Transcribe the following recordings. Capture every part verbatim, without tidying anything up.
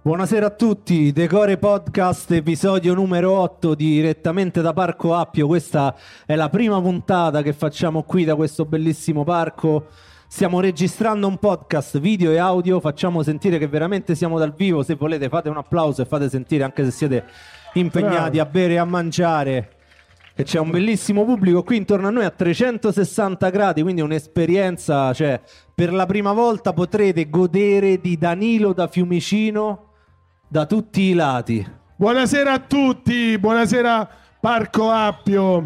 Buonasera a tutti, Decore Podcast, episodio numero otto direttamente da Parco Appio. Questa è la prima puntata che facciamo qui da questo bellissimo parco. Stiamo registrando un podcast video e audio, facciamo sentire che veramente siamo dal vivo. Se volete fate un applauso e fate sentire, anche se siete impegnati a bere e a mangiare, che c'è un bellissimo pubblico qui intorno a noi a trecentosessanta gradi, quindi un'esperienza, cioè per la prima volta potrete godere di Danilo da Fiumicino da tutti i lati. Buonasera a tutti, buonasera Parco Appio.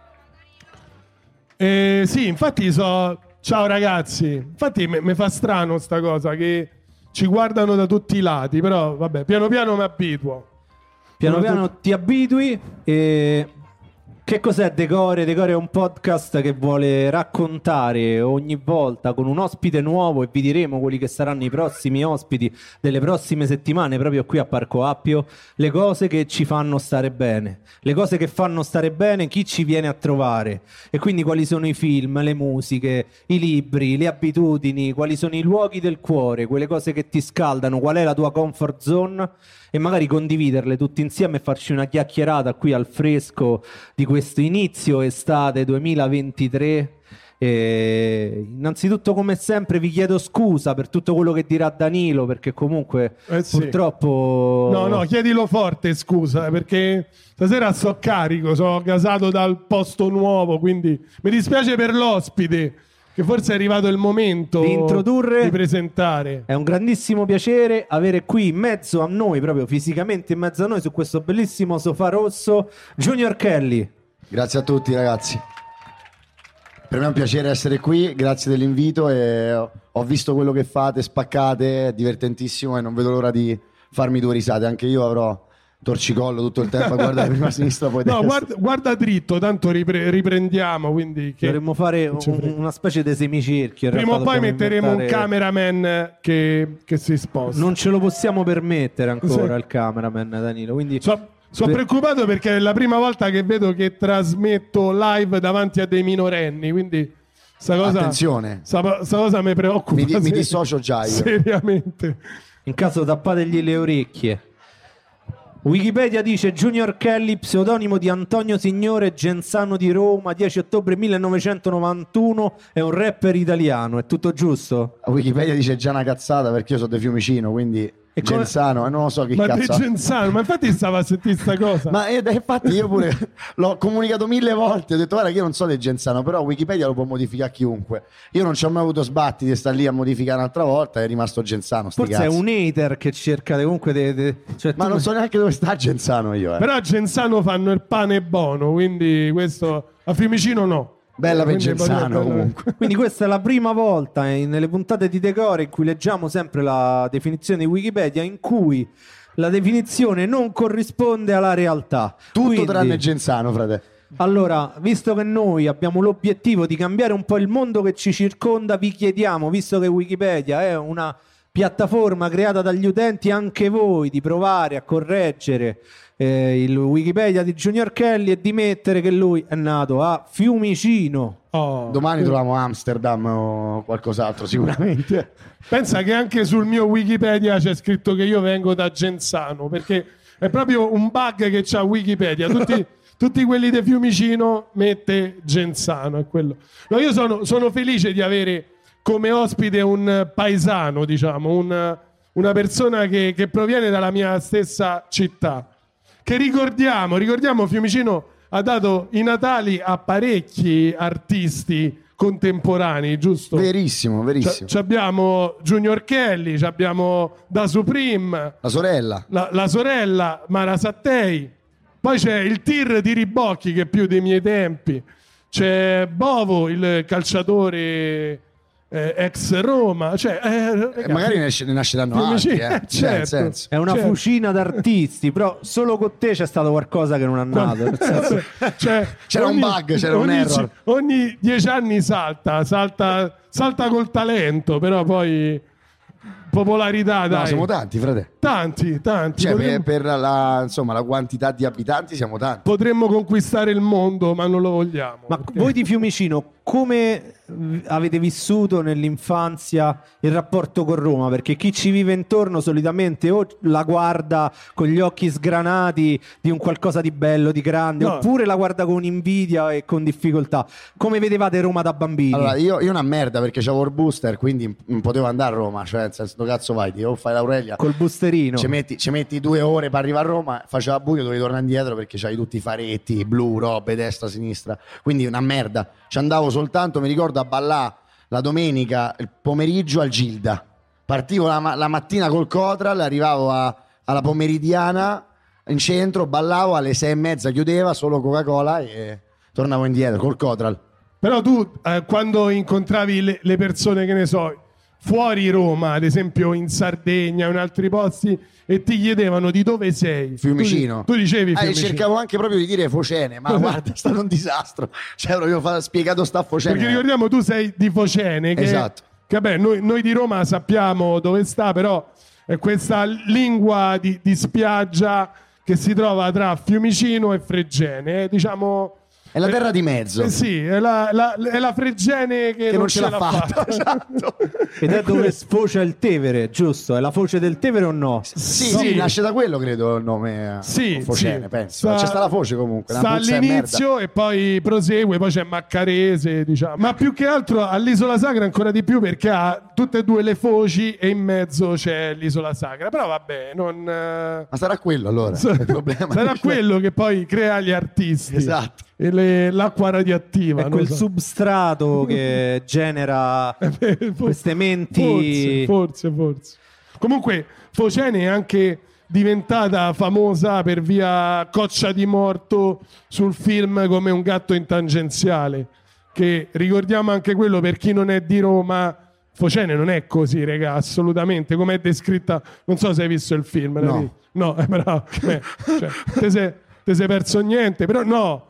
Eh, sì, infatti so, ciao ragazzi, infatti mi fa strano sta cosa che ci guardano da tutti i lati, però vabbè, piano piano mi abituo. Piano piano tu... ti abitui. E che cos'è Decore? Decore è un podcast che vuole raccontare ogni volta con un ospite nuovo, e vi diremo quelli che saranno i prossimi ospiti delle prossime settimane proprio qui a Parco Appio, le cose che ci fanno stare bene, le cose che fanno stare bene chi ci viene a trovare, e quindi quali sono i film, le musiche, i libri, le abitudini, quali sono i luoghi del cuore, quelle cose che ti scaldano, qual è la tua comfort zone, e magari condividerle tutti insieme e farci una chiacchierata qui al fresco di questo inizio estate duemilaventitré. E innanzitutto, come sempre, vi chiedo scusa per tutto quello che dirà Danilo, perché comunque eh sì. purtroppo no no chiedilo forte scusa, perché stasera sto carico, sono gasato dal posto nuovo, quindi mi dispiace per l'ospite, che forse è arrivato il momento di introdurre, di presentare. È un grandissimo piacere avere qui in mezzo a noi, proprio fisicamente in mezzo a noi, su questo bellissimo sofà rosso, Junior Kelly. Grazie a tutti ragazzi, per me è un piacere essere qui, grazie dell'invito, e ho visto quello che fate, spaccate, è divertentissimo e non vedo l'ora di farmi due risate. Anche io avrò torcicollo tutto il tempo a guardare prima a sinistra poi no, destra. Guarda, guarda dritto, tanto ripre- riprendiamo, quindi che dovremmo fare un, una specie di semicerchio. Prima o poi metteremo inventare... un cameraman che, che si sposta. Non ce lo possiamo permettere ancora, sì. Il cameraman, Danilo, quindi so, sono per... preoccupato perché è la prima volta che vedo che trasmetto live davanti a dei minorenni, quindi sta cosa, attenzione, sta, sta cosa mi preoccupa. Mi, di, mi dissocio già io. Seriamente. In caso tappategli le orecchie. Wikipedia dice Junior Kelly, pseudonimo di Antonio Signore, Genzano di Roma, dieci ottobre millenovecentonovantuno, è un rapper italiano, è tutto giusto? Wikipedia dice già una cazzata, perché io sono di Fiumicino, quindi e Genzano, e come... non lo so che ma cazzo. Ma Genzano, ma infatti stava a sentire sta cosa. Ma io, infatti io pure l'ho comunicato mille volte, ho detto guarda che io non so del Genzano, però Wikipedia lo può modificare chiunque. Io non ci ho mai avuto sbatti di stare lì a modificare un'altra volta, è rimasto Genzano. Forse cazzi. È un hater che cerca comunque de, de... Cioè, ma non so neanche dove sta Genzano io. Eh. Però a Genzano fanno il pane buono, quindi questo a Fiumicino no. Bella per Genzano comunque. Quindi questa è la prima volta in, nelle puntate di Decore in cui leggiamo sempre la definizione di Wikipedia, in cui la definizione non corrisponde alla realtà. Tutto Quindi, tranne Genzano, frate. Allora, visto che noi abbiamo l'obiettivo di cambiare un po' il mondo che ci circonda, vi chiediamo, visto che Wikipedia è una piattaforma creata dagli utenti, anche voi di provare a correggere eh, il Wikipedia di Junior Kelly e di mettere che lui è nato a Fiumicino. Oh, domani troviamo Amsterdam o qualcos'altro sicuramente. Pensa che anche sul mio Wikipedia c'è scritto che io vengo da Genzano, perché è proprio un bug che c'ha Wikipedia. Tutti, tutti quelli di Fiumicino mette Genzano, è quello. No, io sono, sono felice di avere come ospite un paesano, diciamo, un, una persona che, che proviene dalla mia stessa città, che ricordiamo, ricordiamo Fiumicino ha dato i natali a parecchi artisti contemporanei, giusto? Verissimo, verissimo. C- abbiamo Junior Kelly, abbiamo Da Supreme, la sorella, la, la sorella Mara Sattei, poi c'è il Tir di Ribocchi, che è più dei miei tempi, c'è Bovo, il calciatore Eh, ex Roma, cioè, eh, ragazzi, magari ne, ne nasceranno altri, eh. eh, certo, senso. È una certo. fucina d'artisti, però solo con te c'è stato qualcosa che non è nato. Nel senso... cioè, c'era ogni, un bug, c'era ogni, un error. Ogni dieci anni salta, salta, salta col talento, però poi popolarità, dai. No, siamo tanti, frate. Tanti, tanti. Cioè, potremmo... per, per la, insomma, la quantità di abitanti siamo tanti. Potremmo conquistare il mondo, ma non lo vogliamo. Ma perché... voi di Fiumicino come avete vissuto nell'infanzia il rapporto con Roma? Perché chi ci vive intorno solitamente o la guarda con gli occhi sgranati di un qualcosa di bello, di grande, no. oppure la guarda con invidia e con difficoltà. Come vedevate Roma da bambini? Allora, io, io una merda perché c'avevo il booster, quindi non potevo andare a Roma, cioè nel senso, cazzo vai, ti o fai l'Aurelia col boosterino ci metti, ci metti due ore per arrivare a Roma, faceva buio, dovevi tornare indietro perché c'hai tutti i faretti blu, robe, destra, sinistra, quindi una merda. Ci andavo soltanto, mi ricordo, a ballare la domenica, il pomeriggio al Gilda. Partivo la, la mattina col Cotral, arrivavo a, alla pomeridiana in centro, ballavo, alle sei e mezza chiudeva, solo Coca-Cola e tornavo indietro col Cotral. Però tu eh, quando incontravi le, le persone, che ne so, fuori Roma, ad esempio in Sardegna o in altri posti, e ti chiedevano di dove sei, Fiumicino. Tu, tu dicevi ah, Fiumicino. cercavo anche proprio di dire Focene, ma guarda, è stato un disastro. Cioè, proprio fa, spiegato sta Focene. Perché ricordiamo, tu sei di Focene, che, esatto. che vabbè, noi, noi di Roma sappiamo dove sta, però è questa lingua di, di spiaggia che si trova tra Fiumicino e Fregene, eh, diciamo. È la terra di mezzo. Eh sì, è la, la, è la Fregene che, che non, non ce l'ha fatta. fatta. Esatto. Ed è dove sfocia il Tevere, giusto? È la foce del Tevere o no? Sì, Sì. sì, nasce da quello, credo, il nome. Sì, Focene, sì. penso. Sta- C'è sta la foce comunque. Sta una puzza di all'inizio e poi prosegue, poi c'è Maccarese, diciamo. Ma più che altro all'Isola Sacra ancora di più, perché ha tutte e due le foci e in mezzo c'è l'Isola Sacra. Però vabbè, non... merda. Ma sarà quello allora. il problema. Sarà quello che poi crea gli artisti. Esatto. E le- l'acqua radioattiva. È non quel so. substrato che genera queste menti. Forse, forse, forse. Comunque, Focene è anche diventata famosa per via Coccia di Morto sul film Come un gatto in tangenziale. Che ricordiamo anche quello, per chi non è di Roma. Focene non è così, raga, assolutamente. Come è descritta, non so se hai visto il film. l'hai No. visto? No, eh, bravo. Beh, cioè, te sei, te sei perso niente, però no.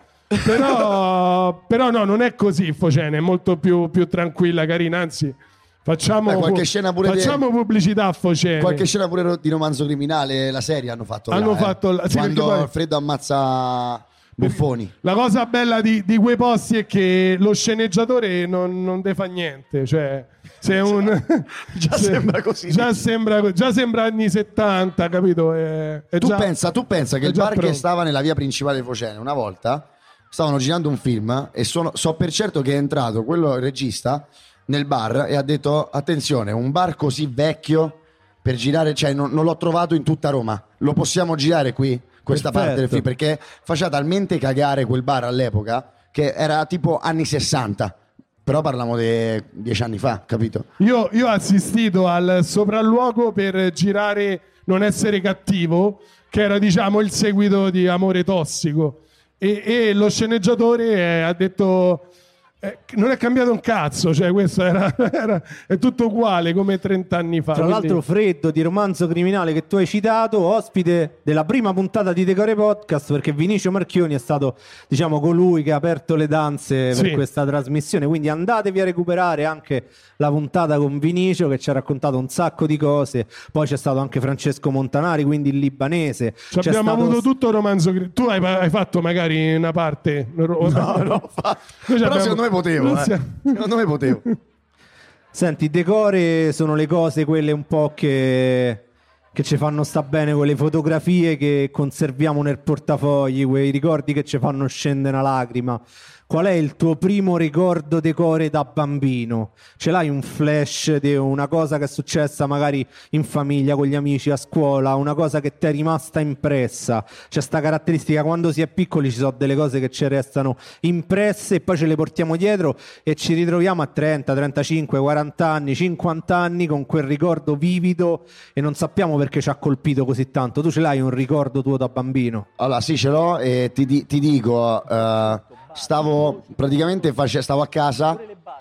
Però, però no, non è così Focene, è molto più, più tranquilla, carina, anzi facciamo, Beh, qualche pu- scena pure facciamo di- pubblicità a Focene. Qualche scena pure di Romanzo Criminale, la serie hanno fatto. Hanno là, fatto eh. la- sì, quando perché poi- Alfredo ammazza Buffoni. La cosa bella di, di quei posti è che lo sceneggiatore non, non te fa niente, cioè se un, Già se- sembra così. già sembra, già sembra anni settanta, capito? È, è Tu, già- pensa, tu pensa che è il già bar che pronto. stava nella via principale di Focene una volta stavano girando un film e sono, so per certo che è entrato quello il regista nel bar e ha detto attenzione, un bar così vecchio per girare, cioè non, non l'ho trovato in tutta Roma, lo possiamo girare qui questa Perfetto. parte del film, perché faceva talmente cagare quel bar all'epoca che era tipo anni sessanta, però parliamo di dieci anni fa, capito? Io, io ho assistito al sopralluogo per girare Non essere cattivo, che era diciamo il seguito di Amore tossico, e, e lo sceneggiatore eh, ha detto eh, non è cambiato un cazzo, cioè questo era, era- è tutto uguale come trent'anni fa. Tra quindi- l'altro Freddo di Romanzo Criminale che tu hai citato, ospite della prima puntata di Decore Podcast, perché Vinicio Marchioni è stato, diciamo, colui che ha aperto le danze per Sì. questa trasmissione, quindi andatevi a recuperare anche la puntata con Vinicio che ci ha raccontato un sacco di cose. Poi c'è stato anche Francesco Montanari, quindi il libanese. Ci C'è abbiamo stato- avuto tutto il romanzo. cri- Tu hai, hai fatto magari una parte? No, No, no, fa- Noi però abbiamo- secondo me potevo, non eh. siamo- secondo me potevo. Senti, i decore sono le cose quelle un po' che, che ci fanno sta bene, quelle fotografie che conserviamo nel portafogli, quei ricordi che ci fanno scendere una lacrima. Qual è il tuo primo ricordo decore da bambino? Ce l'hai un flash di una cosa che è successa magari in famiglia, con gli amici, a scuola, una cosa che ti è rimasta impressa? C'è sta caratteristica, quando si è piccoli ci sono delle cose che ci restano impresse e poi ce le portiamo dietro e ci ritroviamo a trenta, trentacinque, quaranta anni, cinquanta anni con quel ricordo vivido e non sappiamo perché ci ha colpito così tanto. Tu ce l'hai un ricordo tuo da bambino? Allora, sì, ce l'ho e ti, di- ti dico, eh, stavo praticamente face- stavo a casa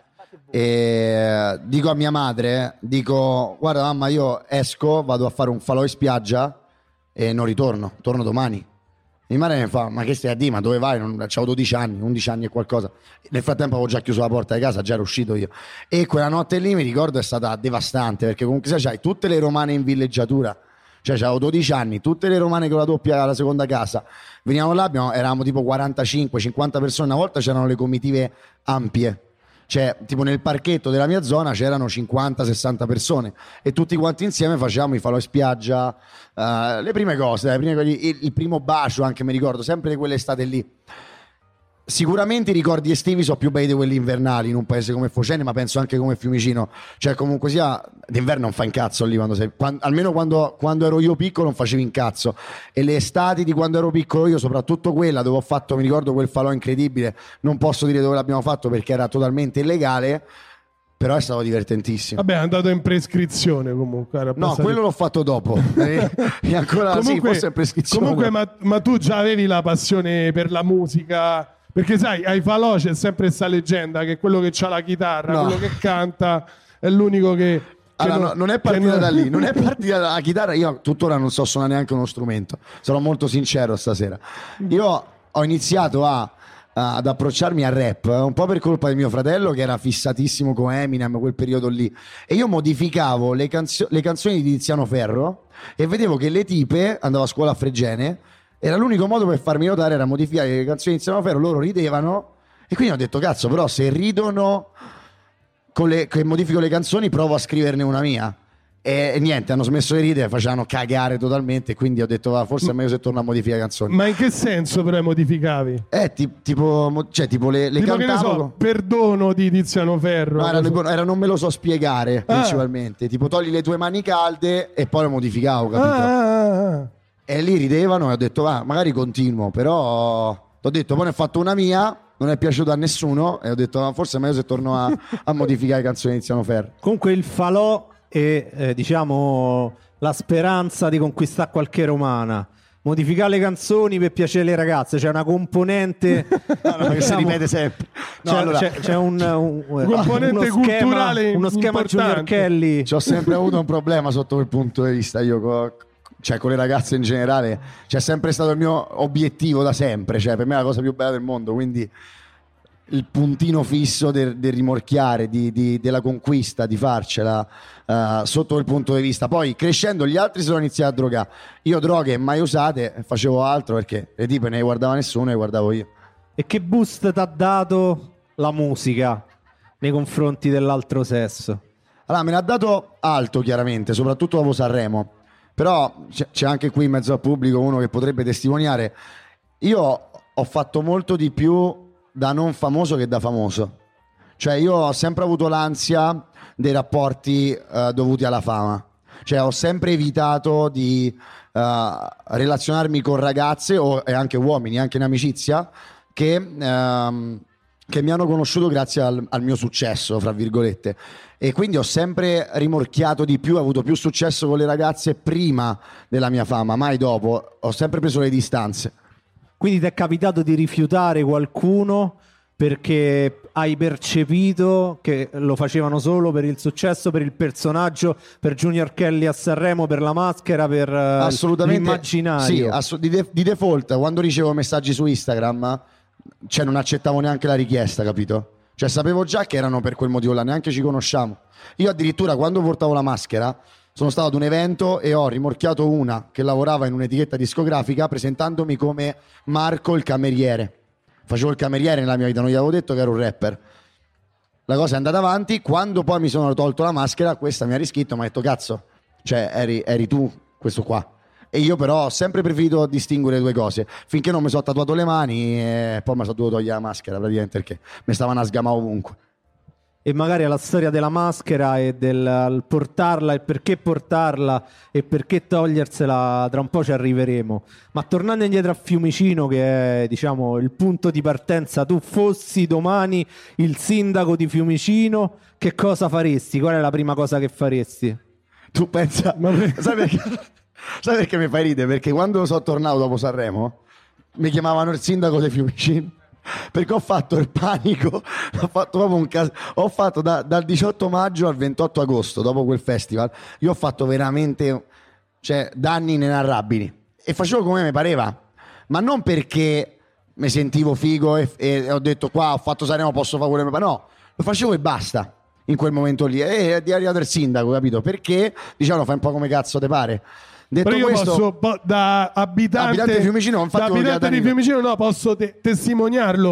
e dico a mia madre, dico, guarda mamma, io esco, vado a fare un falò in spiaggia e non ritorno, torno domani. Mia madre mi fa, ma che stai a dire, ma dove vai? Non, c'avevo dodici anni, undici anni e qualcosa. Nel frattempo avevo già chiuso la porta di casa, già ero uscito io. E quella notte lì mi ricordo è stata devastante, perché comunque sai, c'hai tutte le romane in villeggiatura. Cioè avevo dodici anni, tutte le romane con la doppia alla seconda casa. Venivamo là, abbiamo- eravamo tipo quarantacinque cinquanta persone, una volta c'erano le comitive ampie. cioè tipo nel parchetto della mia zona c'erano cinquanta sessanta persone e tutti quanti insieme facevamo i falò in spiaggia, uh, le prime cose, le prime, il, il primo bacio anche mi ricordo, sempre di quell'estate lì. Sicuramente i ricordi estivi sono più bei di quelli invernali in un paese come Focene, ma penso anche come Fiumicino, cioè comunque sia d'inverno non fa incazzo lì quando sei, quando, almeno quando, quando ero io piccolo non facevi incazzo, e le estati di quando ero piccolo io, soprattutto quella dove ho fatto, mi ricordo quel falò incredibile, non posso dire dove l'abbiamo fatto perché era totalmente illegale, però è stato divertentissimo. Vabbè, è andato in prescrizione comunque. Era no, quello l'ho fatto dopo. e ancora comunque, sì, forse è prescrizione. Comunque, ma, ma tu già avevi la passione per la musica? Perché sai, ai falò c'è sempre questa leggenda che quello che c'ha la chitarra, no. quello che canta, è l'unico che... Allora, non, non è partita non... da lì, non è partita dalla chitarra. Io tuttora non so suonare neanche uno strumento, sarò molto sincero stasera. Io ho iniziato a, a, ad approcciarmi al rap un po' per colpa di mio fratello che era fissatissimo con Eminem quel periodo lì, e io modificavo le, canzio- le canzoni di Tiziano Ferro e vedevo che le tipe, andavo a scuola a Fregene, era l'unico modo per farmi notare, era modificare le canzoni di Tiziano Ferro, loro ridevano e quindi ho detto cazzo, però se ridono con le, che modifico le canzoni provo a scriverne una mia, e, e niente, hanno smesso di ridere, facevano cagare totalmente, quindi ho detto va, forse è meglio se torno a modificare le canzoni. Ma in che senso però modificavi? Eh ti, tipo, cioè tipo le, le tipo cantavo che ne so, Perdono di Tiziano Ferro, no, era, so. era non me lo so spiegare ah. principalmente, tipo togli le tue mani calde e poi lo modificavo, capito? Ah, ah. E lì ridevano e ho detto va, magari continuo, però ho detto poi ne ho fatto una mia, non è piaciuta a nessuno e ho detto ma forse è meglio se torno a, a modificare canzoni di Tiziano Ferro. Comunque il falò e eh, diciamo la speranza di conquistare qualche romana, modificare le canzoni per piacere le ragazze, c'è una componente no, no, che diciamo, si ripete sempre no, c'è, allora, c'è, c'è un, un, un componente uno culturale schema, uno schema Junior Kelly. Ci ho sempre avuto un problema sotto quel punto di vista io co- cioè con le ragazze in generale, c'è sempre stato il mio obiettivo da sempre, cioè per me è la cosa più bella del mondo, quindi il puntino fisso del, del rimorchiare, di, di, della conquista, di farcela uh, sotto quel punto di vista. Poi crescendo gli altri si sono iniziati a drogare, io droghe mai usate, facevo altro perché le tipe ne guardava nessuno, le guardavo io. E che boost ti ha dato la musica nei confronti dell'altro sesso? Allora me ne ha dato alto chiaramente, soprattutto dopo Sanremo. Però c'è anche qui in mezzo al pubblico uno che potrebbe testimoniare. Io ho fatto molto di più da non famoso che da famoso. Cioè io ho sempre avuto l'ansia dei rapporti uh, dovuti alla fama. Cioè ho sempre evitato di uh, relazionarmi con ragazze o, e anche uomini, anche in amicizia, che, uh, che mi hanno conosciuto grazie al, al mio successo, fra virgolette. E quindi ho sempre rimorchiato di più, ho avuto più successo con le ragazze prima della mia fama, mai dopo. Ho sempre preso le distanze. Quindi ti è capitato di rifiutare qualcuno perché hai percepito che lo facevano solo per il successo, per il personaggio, per Junior Kelly a Sanremo, per la maschera, per assolutamente, l'immaginario? Sì, ass- di, de- di default, quando ricevo messaggi su Instagram, cioè non accettavo neanche la richiesta, capito? Cioè sapevo già che erano per quel motivo là, neanche ci conosciamo. Io addirittura quando portavo la maschera sono stato ad un evento e ho rimorchiato una che lavorava in un'etichetta discografica presentandomi come Marco il cameriere. Facevo il cameriere nella mia vita, non gli avevo detto che ero un rapper. La cosa è andata avanti, quando poi mi sono tolto la maschera questa mi ha riscritto, mi ha detto cazzo, cioè eri, eri tu questo qua. E io però ho sempre preferito distinguere le due cose, finché non mi sono tatuato le mani e poi mi sono dovuto togliere la maschera praticamente perché mi stavano a sgamare ovunque. E magari alla storia della maschera e del portarla e perché portarla e perché togliersela tra un po' ci arriveremo. Ma tornando indietro a Fiumicino, che è diciamo il punto di partenza, tu fossi domani il sindaco di Fiumicino, che cosa faresti? Qual è la prima cosa che faresti? Tu pensa, ma sai perché, sai perché mi fai ridere? Perché quando sono tornato dopo Sanremo mi chiamavano il sindaco di Fiumicino. Perché ho fatto il panico, ho fatto proprio un caso, ho fatto da, dal diciotto maggio al ventotto agosto, dopo quel festival, io ho fatto veramente, cioè, danni inenarrabili e facevo come mi pareva, ma non perché mi sentivo figo e, e ho detto qua ho fatto Sanremo, posso fare quello che mi pare, no, lo facevo e basta in quel momento lì, e è arrivato il sindaco, capito? Perché diciamo fai un po' come cazzo te pare. Detto però io questo, posso, da abitante, abitante di Fiumicino, da abitante di Fiumicino no, posso te- testimoniarlo.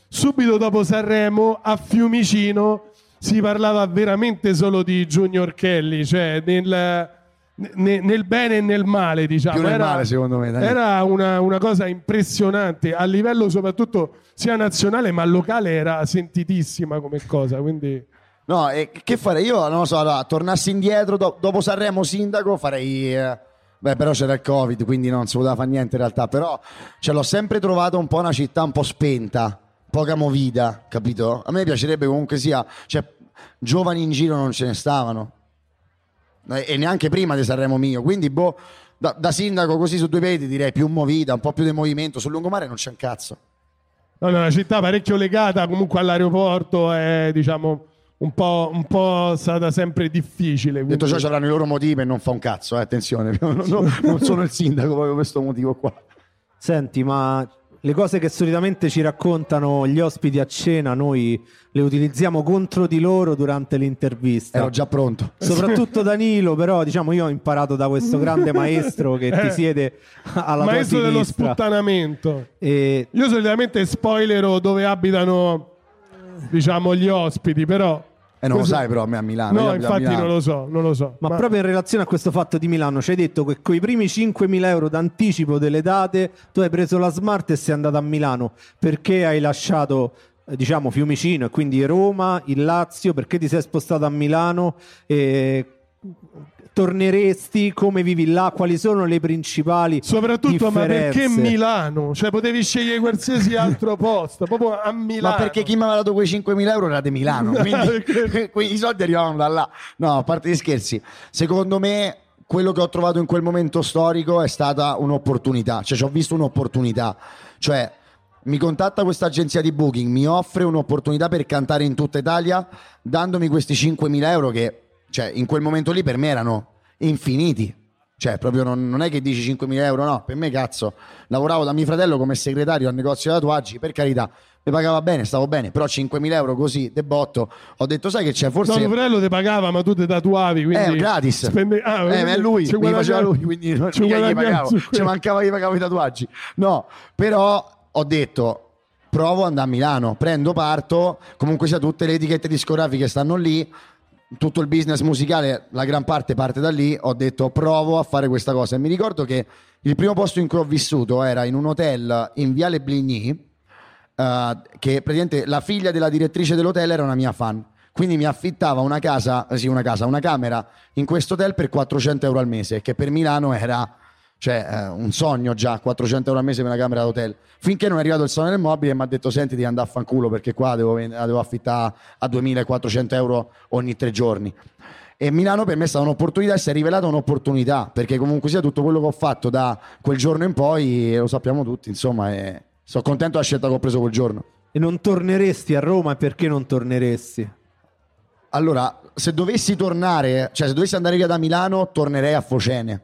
subito dopo Sanremo a Fiumicino si parlava veramente solo di Junior Kelly, cioè nel, nel, nel bene e nel male, diciamo. Più nel era, male, secondo me. Dai. Era una, una cosa impressionante, a livello soprattutto sia nazionale ma locale era sentitissima come cosa, quindi... No, e che farei? Io non lo so, allora, tornassi indietro do- dopo Sanremo sindaco farei... Eh, beh, però c'era il Covid, quindi non si poteva fare niente in realtà, però ce l'ho sempre trovato un po' una città un po' spenta, poca movida, capito? A me piacerebbe comunque sia, cioè giovani in giro non ce ne stavano e, e neanche prima di Sanremo mio, quindi boh, da, da sindaco così su due piedi direi più movida, un po' più di movimento. Sul lungomare non c'è un cazzo. No, no, una città parecchio legata comunque all'aeroporto, è diciamo un po', un po' stata sempre difficile. Quindi... Detto ciò, ci avranno i loro motivi e non fa un cazzo, eh, attenzione, non, non, non sono il sindaco proprio per questo motivo qua. Senti, ma le cose che solitamente ci raccontano gli ospiti a cena noi le utilizziamo contro di loro durante l'intervista. Ero già pronto. Soprattutto Danilo, però diciamo io ho imparato da questo grande maestro che ti siede alla tua maestro dello sinistra. sputtanamento. E... Io solitamente spoilero dove abitano, diciamo, gli ospiti, però... E eh non questo... lo sai però a me a Milano. No, infatti Milano. non lo so, non lo so. Ma, Ma proprio in relazione a questo fatto di Milano, ci hai detto che con i primi cinquemila euro d'anticipo delle date tu hai preso la Smart e sei andato a Milano. Perché hai lasciato, eh, diciamo, Fiumicino e quindi Roma, il Lazio? Perché ti sei spostato a Milano? E... torneresti? Come vivi là? Quali sono le principali soprattutto differenze? Ma perché Milano? Cioè potevi scegliere qualsiasi altro posto, proprio a Milano. Ma perché chi mi aveva dato quei cinquemila euro era di Milano, quindi, quindi i soldi arrivavano da là. No, a parte gli scherzi, secondo me quello che ho trovato in quel momento storico è stata un'opportunità, cioè ci ho visto un'opportunità, cioè mi contatta questa agenzia di booking, mi offre un'opportunità per cantare in tutta Italia dandomi questi cinquemila euro che, cioè, in quel momento lì per me erano infiniti. Cioè, proprio non, non è che dici cinquemila euro, no, per me cazzo, lavoravo da mio fratello come segretario al negozio di tatuaggi, per carità, mi pagava bene, stavo bene, però cinquemila euro così, de botto, ho detto sai che c'è, forse... No, tuo fratello ti pagava, ma tu ti tatuavi, quindi... Eh, gratis. Spende... Ah, eh, ma è lui, ci mi faceva lui, quindi non ci mica gli pagavo, ci mancava che pagavo i tatuaggi. No, però ho detto... provo ad andare a Milano, prendo, parto, comunque sia tutte le etichette discografiche stanno lì, tutto il business musicale, la gran parte parte da lì, ho detto provo a fare questa cosa e mi ricordo che il primo posto in cui ho vissuto era in un hotel in Viale Bligny, uh, che praticamente la figlia della direttrice dell'hotel era una mia fan, quindi mi affittava una casa, eh sì una casa, una camera in questo hotel per quattrocento euro al mese, che per Milano era... cioè eh, un sogno già, quattrocento euro al mese per una camera d'hotel, finché non è arrivato il salone del mobile e mi ha detto senti devi andare a fanculo perché qua devo, devo affittare a duemilaquattrocento euro ogni tre giorni. E Milano per me è stata un'opportunità e si è rivelata un'opportunità, perché comunque sia tutto quello che ho fatto da quel giorno in poi lo sappiamo tutti, insomma, e sono contento della scelta che ho preso quel giorno. E non torneresti a Roma? E perché non torneresti? Allora, se dovessi tornare, cioè se dovessi andare via da Milano tornerei a Focene.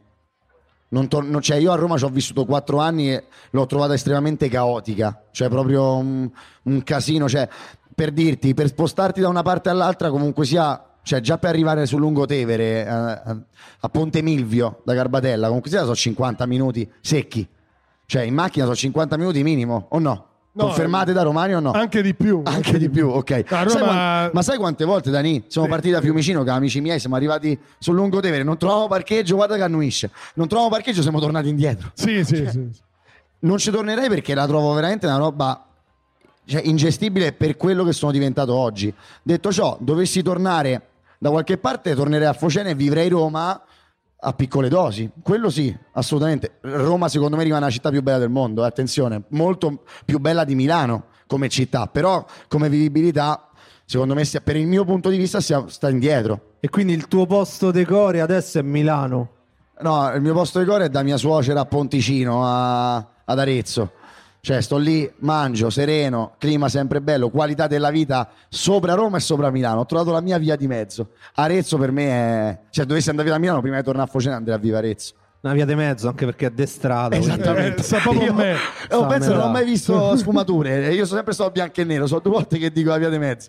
Non tor- non, cioè io a Roma ci ho vissuto quattro anni e l'ho trovata estremamente caotica, cioè proprio un, un casino, cioè per dirti, per spostarti da una parte all'altra comunque sia, cioè già per arrivare sul Lungotevere a, a Ponte Milvio da Garbatella comunque sia sono cinquanta minuti secchi, cioè in macchina sono cinquanta minuti minimo o no? No, confermate da Romani o no? Anche di più. Anche, anche di più, più. ok. Roma... Sai quant- ma sai quante volte, Dani? Siamo sì. partiti da Fiumicino con amici miei, siamo arrivati sul Lungotevere, non trovavamo parcheggio, guarda che annuisce. Non trovavamo parcheggio, siamo tornati indietro. Sì, sì, cioè, sì. Non ci tornerei perché la trovo veramente una roba, cioè, ingestibile per quello che sono diventato oggi. Detto ciò, dovessi tornare da qualche parte, tornerei a Focene e vivrei Roma a piccole dosi, quello sì, assolutamente. Roma secondo me rimane la città più bella del mondo, eh, attenzione, molto più bella di Milano come città, però come vivibilità secondo me sia, per il mio punto di vista sia, sta indietro. E quindi il tuo posto decore adesso è Milano? No, il mio posto decore è da mia suocera a Ponticino, a, ad Arezzo. Cioè sto lì, mangio, sereno, clima sempre bello, qualità della vita sopra Roma e sopra Milano. Ho trovato la mia via di mezzo. Arezzo per me è... cioè dovessi andare via da Milano prima di tornare a Focene andrei a vivere a Arezzo. Una via di mezzo, anche perché è destrata. Esattamente. Eh, sta proprio io, me. Io penso che non ho mai visto sfumature. Io sono sempre stato bianco e nero, sono due volte che dico la via di mezzo.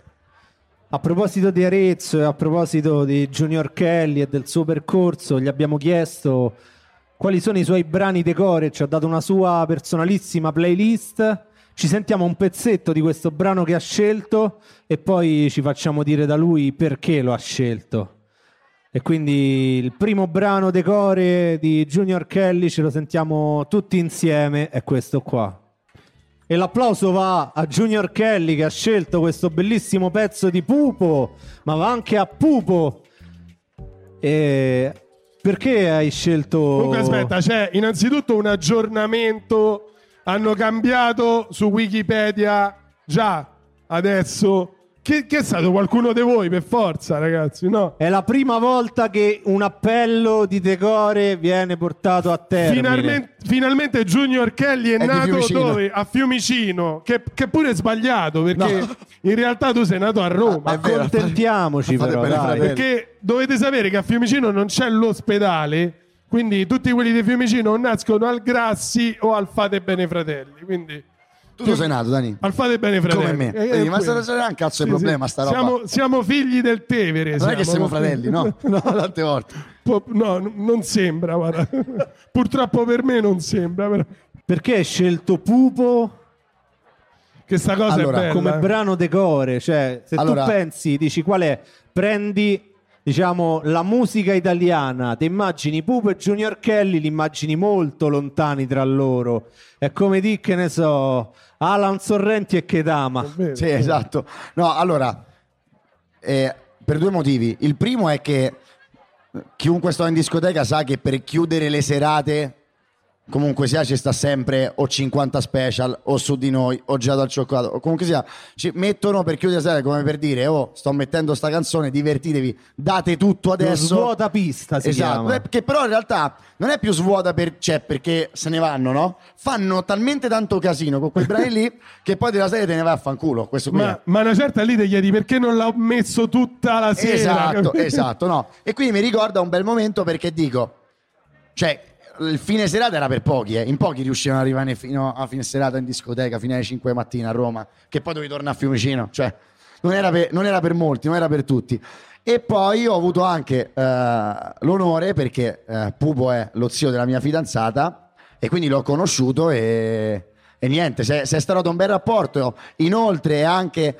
A proposito di Arezzo e a proposito di Junior Kelly e del suo percorso, gli abbiamo chiesto quali sono i suoi brani decore, ci ha dato una sua personalissima playlist Ci sentiamo un pezzetto di questo brano che ha scelto e poi ci facciamo dire da lui perché lo ha scelto. E quindi il primo brano Decore di Junior Kelly ce lo sentiamo tutti insieme, è questo qua. E l'applauso va a Junior Kelly che ha scelto questo bellissimo pezzo di Pupo, ma va anche a Pupo. E perché hai scelto... Comunque aspetta, c'è innanzitutto un aggiornamento, hanno cambiato su Wikipedia già adesso. Che, che è stato qualcuno di voi, per forza, ragazzi, no? È la prima volta che un appello di Decore viene portato a termine. Finalmente, finalmente Junior Kelly è, È di nato Fiumicino. dove? A Fiumicino, che, che pure è sbagliato, perché No. in realtà tu sei nato a Roma. Ah, è vero. Accontentiamoci Fate però, bene, dai. fratelli. Perché dovete sapere che a Fiumicino non c'è l'ospedale, quindi tutti quelli di Fiumicino o nascono al Grassi o al Fate Bene Fratelli, quindi... Tu dove sei nato, Dani? Al Fate Bene Fratelli. Come me. Eh, Vedi, eh, ma quello. sarà un cazzo di Sì, problema sì. sta roba. Siamo, siamo figli del Tevere. Non è che siamo fratelli, no? No, tante volte. Po- No, n- non sembra, guarda. Purtroppo per me non sembra, però. Perché hai scelto Pupo Che sta cosa Allora, è bella. come eh. brano Decore? Cioè, se Allora- tu pensi, dici qual è? Prendi, diciamo, la musica italiana, ti immagini Pupo e Junior Kelly, li immagini molto lontani tra loro. È come di, che ne so, Alan Sorrenti e Kedama. È vero. Sì, esatto. No, allora, eh, per due motivi. Il primo è che chiunque sta in discoteca sa che per chiudere le serate, comunque sia, ci sta sempre o cinquanta special o Su di noi o Gelato al cioccolato, o comunque sia, ci mettono per chiudere la serata come per dire: oh, sto mettendo sta canzone, divertitevi, date tutto Lo adesso. svuota pista si Esatto, chiama. eh, che però in realtà non è più svuota per, cioè, perché se ne vanno, no? Fanno talmente tanto casino con quei brani lì che poi della serie te ne vai a fanculo. Questo qui Ma, è. ma una certa lì ti chiedi perché non l'ho messo tutta la sera. Esatto, capito? esatto, no. E quindi mi ricorda un bel momento perché dico, cioè, il fine serata era per pochi, eh. In pochi riuscivano ad arrivare fino a fine serata in discoteca, fino alle cinque di mattina a Roma, che poi dovevi tornare a Fiumicino, cioè, non era per, non era per molti, non era per tutti. E poi ho avuto anche eh, l'onore, perché eh, Pupo è lo zio della mia fidanzata, e quindi l'ho conosciuto e, e niente, si è, si è stato un bel rapporto. Inoltre è anche,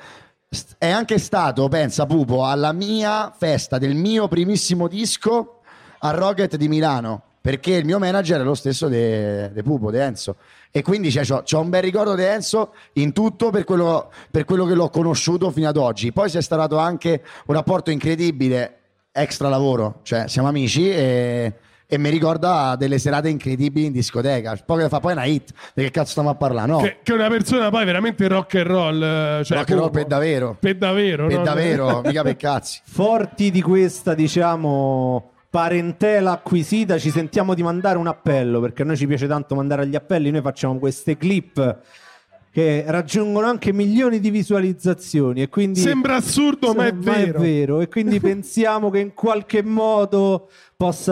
è anche stato, pensa Pupo, alla mia festa del mio primissimo disco a Rocket di Milano, perché il mio manager è lo stesso di Pupo, di Enzo, e quindi cioè, c'ho, c'ho un bel ricordo di Enzo in tutto per quello, per quello che l'ho conosciuto fino ad oggi. Poi si è stato anche un rapporto incredibile extra lavoro, cioè siamo amici e, e mi ricorda delle serate incredibili in discoteca. Poi che fa poi una hit, di che cazzo stiamo a parlare, no? Che, che è una persona poi veramente rock and roll. eh, Cioè, Rock and roll Pupo. per davvero. Per davvero. Per no? davvero, mica per cazzi. Forti di questa, diciamo, parentela acquisita, ci sentiamo di mandare un appello, perché a noi ci piace tanto mandare gli appelli. Noi facciamo queste clip che raggiungono anche milioni di visualizzazioni e quindi Sembra assurdo, ma è vero. e quindi pensiamo che in qualche modo possa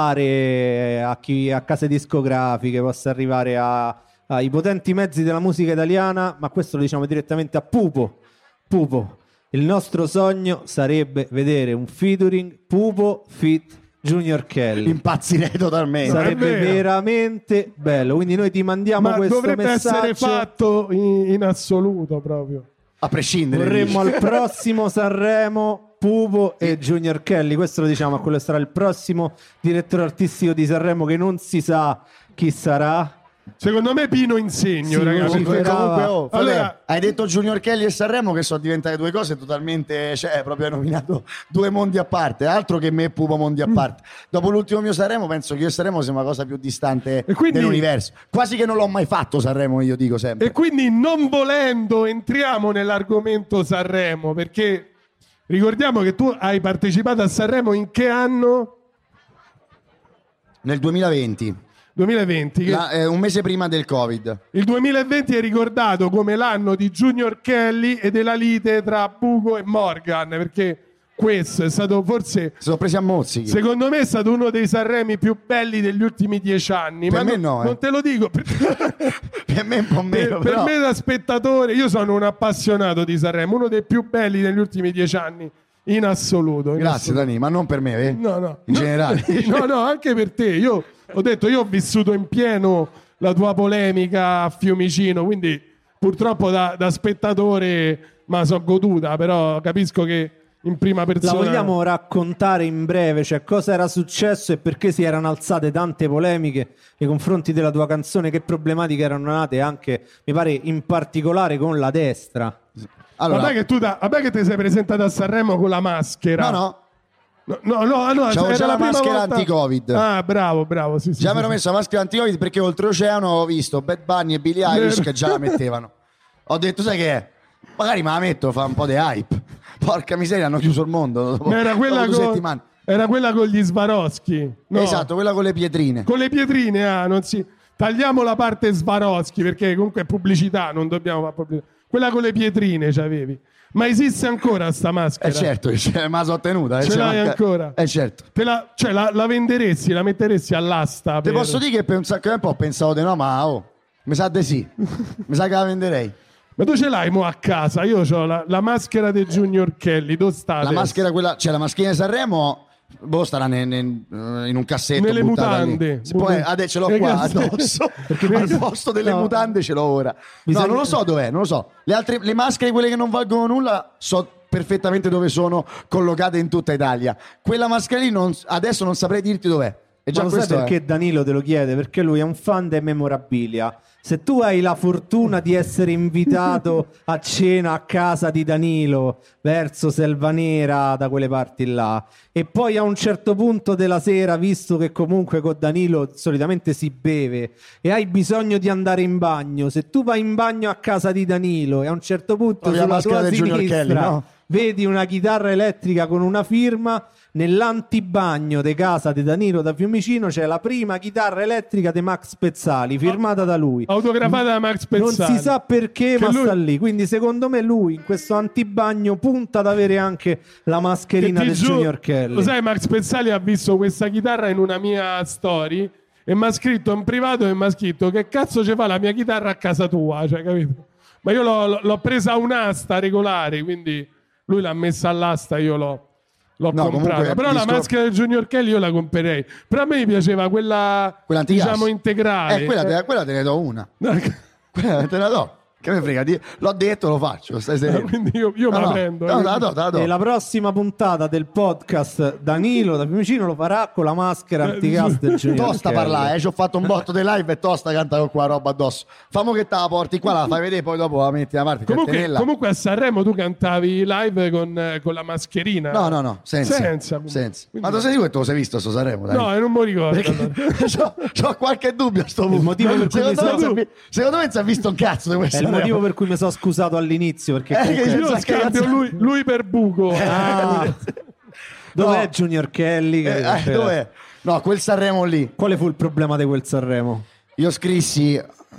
arrivare a chi, a case discografiche, possa arrivare a, ai potenti mezzi della musica italiana, ma questo lo diciamo direttamente a Pupo. Pupo, il nostro sogno sarebbe vedere un featuring Pupo fit Junior Kelly. Impazzirei totalmente. Sarebbe È vero. veramente bello, quindi noi ti mandiamo Ma questo dovrebbe messaggio. essere fatto in, in assoluto proprio. A prescindere. Vorremmo dici. al prossimo Sanremo Pupo e Junior Kelly. Questo lo diciamo a quello che sarà il prossimo direttore artistico di Sanremo, che non si sa chi sarà. Secondo me Pino Insegno, Sì, ragazzi. sì, Comunque, Brava. comunque, oh, frate, Allora- hai detto Junior Kelly e Sanremo, che sono diventate due cose totalmente, cioè proprio hai nominato due mondi a parte, altro che me e Pupo mondi a parte. Dopo l'ultimo mio Sanremo penso che io e Sanremo siamo la cosa più distante E quindi- dell'universo, quasi che non l'ho mai fatto Sanremo, io dico sempre. E quindi, non volendo, entriamo nell'argomento Sanremo, perché ricordiamo che tu hai partecipato a Sanremo in che anno? Nel duemilaventi, duemilaventi. Che la- eh, un mese prima del Covid. il duemilaventi è ricordato come l'anno di Junior Kelly e della lite tra Bugo e Morgan, perché questo è stato forse, Si sono presi a mozzichi. secondo me, è stato uno dei Sanremi più belli degli ultimi dieci anni. Per Ma me non, no, eh. non te lo dico. Per, Per me un po' meno, per però. me da spettatore, io sono un appassionato di Sanremo, uno dei più belli degli ultimi dieci anni, in assoluto. in Grazie assoluto. Dani, ma non per me, eh? No, no. In generale. No, no, anche per te. Io ho detto, io ho vissuto in pieno la tua polemica a Fiumicino, quindi purtroppo da, da spettatore ma so goduta, però capisco che in prima persona. La vogliamo raccontare in breve, cioè cosa era successo e perché si erano alzate tante polemiche nei confronti della tua canzone, che problematiche erano nate anche, mi pare, in particolare con la destra. Allora, vabbè che tu da, vabbè che ti sei presentato a Sanremo con la maschera. No, no. No, no, no, no c'avevo già la, la maschera volta... anti-Covid. Ah, bravo, bravo. Sì, sì, già sì, mi ero sì. messo la maschera anti-Covid perché oltreoceano ho visto Bad Bunny e Billie Eilish che già la mettevano. Ho detto, sai che è? Magari me la metto, fa un po' di hype. Porca miseria, hanno chiuso il mondo dopo, Ma era quella dopo due con... settimane. Era quella con gli Swarovski. No. Esatto, quella con le pietrine. Con le pietrine, ah, non si... Tagliamo la parte Swarovski perché comunque è pubblicità, non dobbiamo fare pubblicità. Quella con le pietrine c'avevi. Ma esiste ancora sta maschera? Eh certo, cioè, ma sono tenuta. Eh, Ce l'hai manca... ancora? Eh certo. Te la, cioè, la, la venderesti, la metteresti all'asta? Te per... posso dire che per un sacco di tempo ho pensato di no, ma oh, mi sa di sì. Mi sa che la venderei. Ma tu ce l'hai mo a casa? Io ho la, la maschera di Junior Kelly, dove sta? La adesso? maschera, quella, cioè la mascherina di Sanremo, boh, starà ne, ne, in un cassetto. Nelle buttata mutande. Lì. Poi, adesso ce l'ho E qua che- addosso. Perché al posto delle No. mutande ce l'ho ora. Bisogna- No, non lo so dov'è, non lo so. Le altre, le maschere, quelle che non valgono nulla, so perfettamente dove sono collocate in tutta Italia. Quella maschera lì non- adesso non saprei dirti dov'è. E già Ma lo sai questo è. perché Danilo te lo chiede? Perché lui è un fan di memorabilia. Se tu hai la fortuna di essere invitato a cena a casa di Danilo verso Selvanera, da quelle parti là, e poi a un certo punto della sera, visto che comunque con Danilo solitamente si beve e hai bisogno di andare in bagno, se tu vai in bagno a casa di Danilo e a un certo punto Trovi la sulla maschera tua del Junior sinistra Kelly, no? vedi una chitarra elettrica con una firma, nell'antibagno di casa di Danilo da Fiumicino c'è la prima chitarra elettrica di Max Pezzali firmata da lui, Autografata da Max Pezzali. non si sa perché, Che ma lui- sta lì. Quindi secondo me lui in questo antibagno punta ad avere anche la mascherina Che ti del giuro- Junior Kelly. Lo sai, Max Pezzali ha visto questa chitarra in una mia story e mi ha scritto in privato e mi ha scritto: che cazzo ci fa la mia chitarra a casa tua? Cioè, capito? Ma io l'ho, l'ho presa a un'asta regolare, quindi lui l'ha messa all'asta, io l'ho, l'ho No, comprata. comunque, Però discor- la maschera del Junior Kelly io la comprerei. Però a me mi piaceva quella, Quella antigas. diciamo, integrale. Eh, quella, te, quella te ne do una. Quella te la do. Che mi frega, di- l'ho detto, lo faccio. Stai sereno. Quindi io, io No, me la no, prendo. no, eh. te la do, te la do. E la prossima puntata del podcast Danilo da Fiumicino lo farà con la maschera Eh, antigas del Junior Tosta Kelly. parlare, eh, ci ho fatto un botto di live e tosta canta con qua roba addosso. Famo che te la porti qua, la fai vedere, poi dopo la metti da parte. Comunque, tenella. comunque a Sanremo tu cantavi live con, eh, con la mascherina. No, no, no, senza. Senza. senza. Quindi- Ma tu sei di questo lo sei visto sto Sanremo? Dai. No, e non mi ricordo. allora. c'ho, c'ho qualche dubbio a sto punto. motivo per cui secondo, mi me so- non si è vi- secondo me non si è visto un cazzo di È questo il motivo per cui mi sono scusato all'inizio, perché Eh, comunque- che Io Senza scambio cazzo. lui, lui per buco. Ah, dov'è No. Junior Kelly? Che- Eh, eh, dov'è? No, quel Sanremo lì. Quale fu il problema di quel Sanremo? Io scrissi,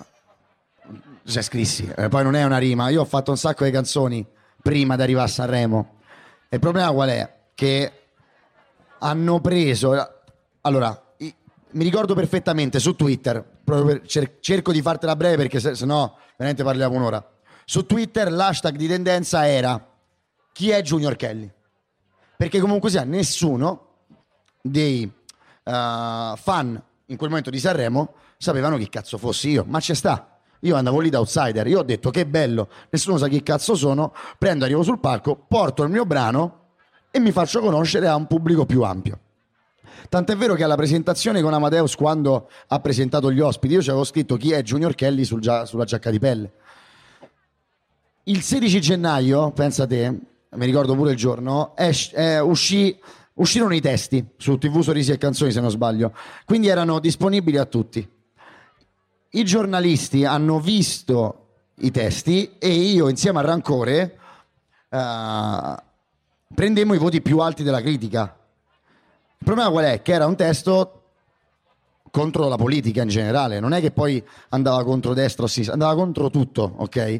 cioè scrissi, eh, poi non è una rima, io ho fatto un sacco di canzoni prima di arrivare a Sanremo. E il problema qual è? Che hanno preso, allora, i- mi ricordo perfettamente su Twitter, proprio per- cer- cerco di fartela breve perché se, se no veramente parliamo un'ora. Su Twitter l'hashtag di tendenza era: chi è Junior Kelly? Perché comunque sia nessuno dei uh, fan in quel momento di Sanremo sapevano chi cazzo fossi io, ma c'è sta. Io andavo lì da outsider, io ho detto che bello, nessuno sa chi cazzo sono, prendo, arrivo sul palco, porto il mio brano e mi faccio conoscere a un pubblico più ampio. Tant'è vero che alla presentazione con Amadeus, quando ha presentato gli ospiti, io ci avevo scritto chi è Junior Kelly sul gia- sulla giacca di pelle. Il sedici gennaio, pensa te, mi ricordo pure il giorno, es- eh, uscì, uscirono i testi su T V Sorrisi e Canzoni, se non sbaglio, quindi erano disponibili a tutti. I giornalisti hanno visto i testi e io, insieme a Rancore, eh, prendemmo i voti più alti della critica. Il problema qual è? Che era un testo contro la politica in generale, non è che poi andava contro destra o sinistra, andava contro tutto, ok?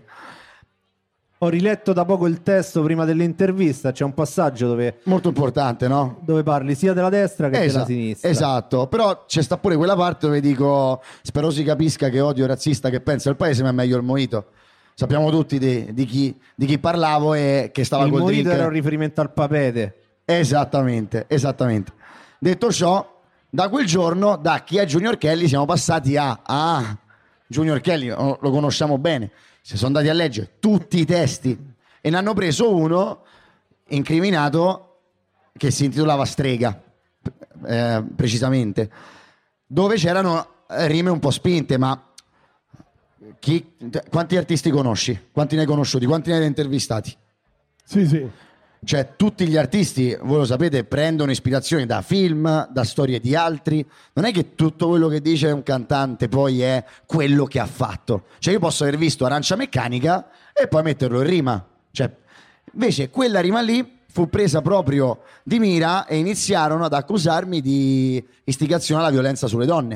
Ho riletto da poco il testo prima dell'intervista, c'è un passaggio dove, Molto importante, no? dove parli sia della destra che Esa- della sinistra. Esatto, però c'è sta pure quella parte dove dico spero si capisca che odio razzista che pensa il paese ma è meglio il mojito. Sappiamo tutti di, di chi, di chi parlavo e che stava Il col mojito drink. era un riferimento al papete. Esattamente, esattamente. Detto ciò, da quel giorno, da chi è Junior Kelly, siamo passati a ah, Junior Kelly, lo lo conosciamo bene. si sono andati a leggere tutti i testi e ne hanno preso uno incriminato che si intitolava Strega, eh, precisamente, dove c'erano rime un po' spinte, ma chi, quanti artisti conosci? Quanti ne hai conosciuti? Quanti ne hai intervistati? Sì, sì. Cioè, tutti gli artisti, voi lo sapete, prendono ispirazione da film, da storie di altri. Non è che tutto quello che dice un cantante poi è quello che ha fatto. Cioè, io posso aver visto Arancia Meccanica e poi metterlo in rima. Cioè, invece quella rima lì fu presa proprio di mira e iniziarono ad accusarmi di istigazione alla violenza sulle donne.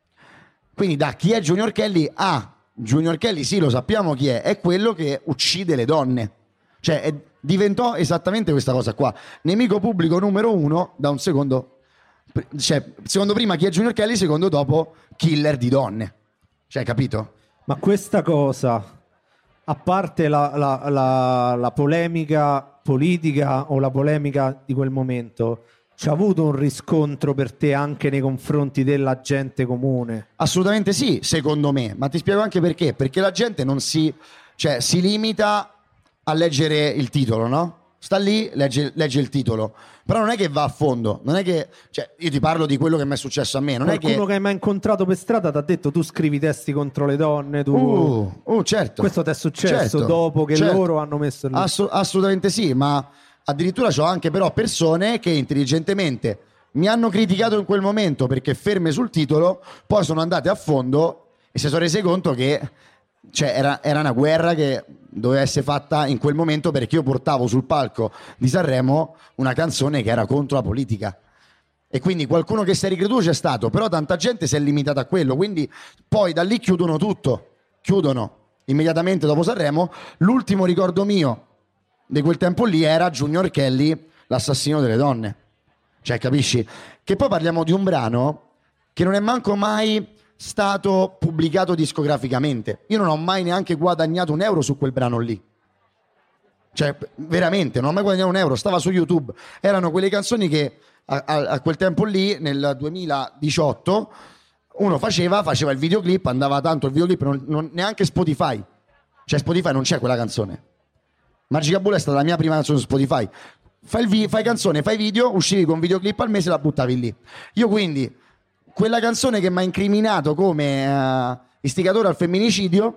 Quindi da chi è Junior Kelly a ah, Junior Kelly, sì, lo sappiamo chi è, è quello che uccide le donne. Cioè, è, diventò esattamente questa cosa qua. Nemico pubblico numero uno da un secondo. Cioè, secondo prima chi è Junior Kelly, secondo dopo killer di donne. Cioè, capito? Ma questa cosa, a parte la, la, la, la polemica politica o la polemica di quel momento, c'ha avuto un riscontro per te anche nei confronti della gente comune? Assolutamente sì, secondo me. Ma ti spiego anche perché. Perché la gente non si... Cioè, si limita a leggere il titolo, no? Sta lì, legge, legge il titolo, però non è che va a fondo, non è che, cioè, io ti parlo di quello che mi è successo a me, non Qualcuno è che... che hai mai incontrato per strada ti ha detto tu scrivi testi contro le donne, tu... Uh, uh certo. Questo ti è successo certo, dopo che certo. loro hanno messo lì? Assu- assolutamente sì, ma addirittura c'ho anche però persone che intelligentemente mi hanno criticato in quel momento perché ferme sul titolo, poi sono andate a fondo e si sono rese conto che, cioè, era, era una guerra che doveva essere fatta in quel momento, perché io portavo sul palco di Sanremo una canzone che era contro la politica. E quindi qualcuno che si è ricreduto c'è stato, però tanta gente si è limitata a quello, quindi poi da lì chiudono tutto, chiudono immediatamente dopo Sanremo. L'ultimo ricordo mio di quel tempo lì era Junior Kelly, l'assassino delle donne. Cioè, capisci? Che poi parliamo di un brano che non è manco mai stato pubblicato discograficamente. Io non ho mai neanche guadagnato un euro su quel brano lì. Cioè, veramente, non ho mai guadagnato un euro. Stava su YouTube. Erano quelle canzoni che a, a, a quel tempo lì, nel duemiladiciotto, uno faceva, faceva il videoclip, andava tanto il videoclip, non, non, neanche Spotify. Cioè, Spotify non c'è quella canzone. Magica Bull è stata la mia prima canzone su Spotify. Fai, il vi- fai canzone, fai video, uscivi con videoclip al mese e la buttavi lì. Io quindi quella canzone che mi ha incriminato come uh, istigatore al femminicidio,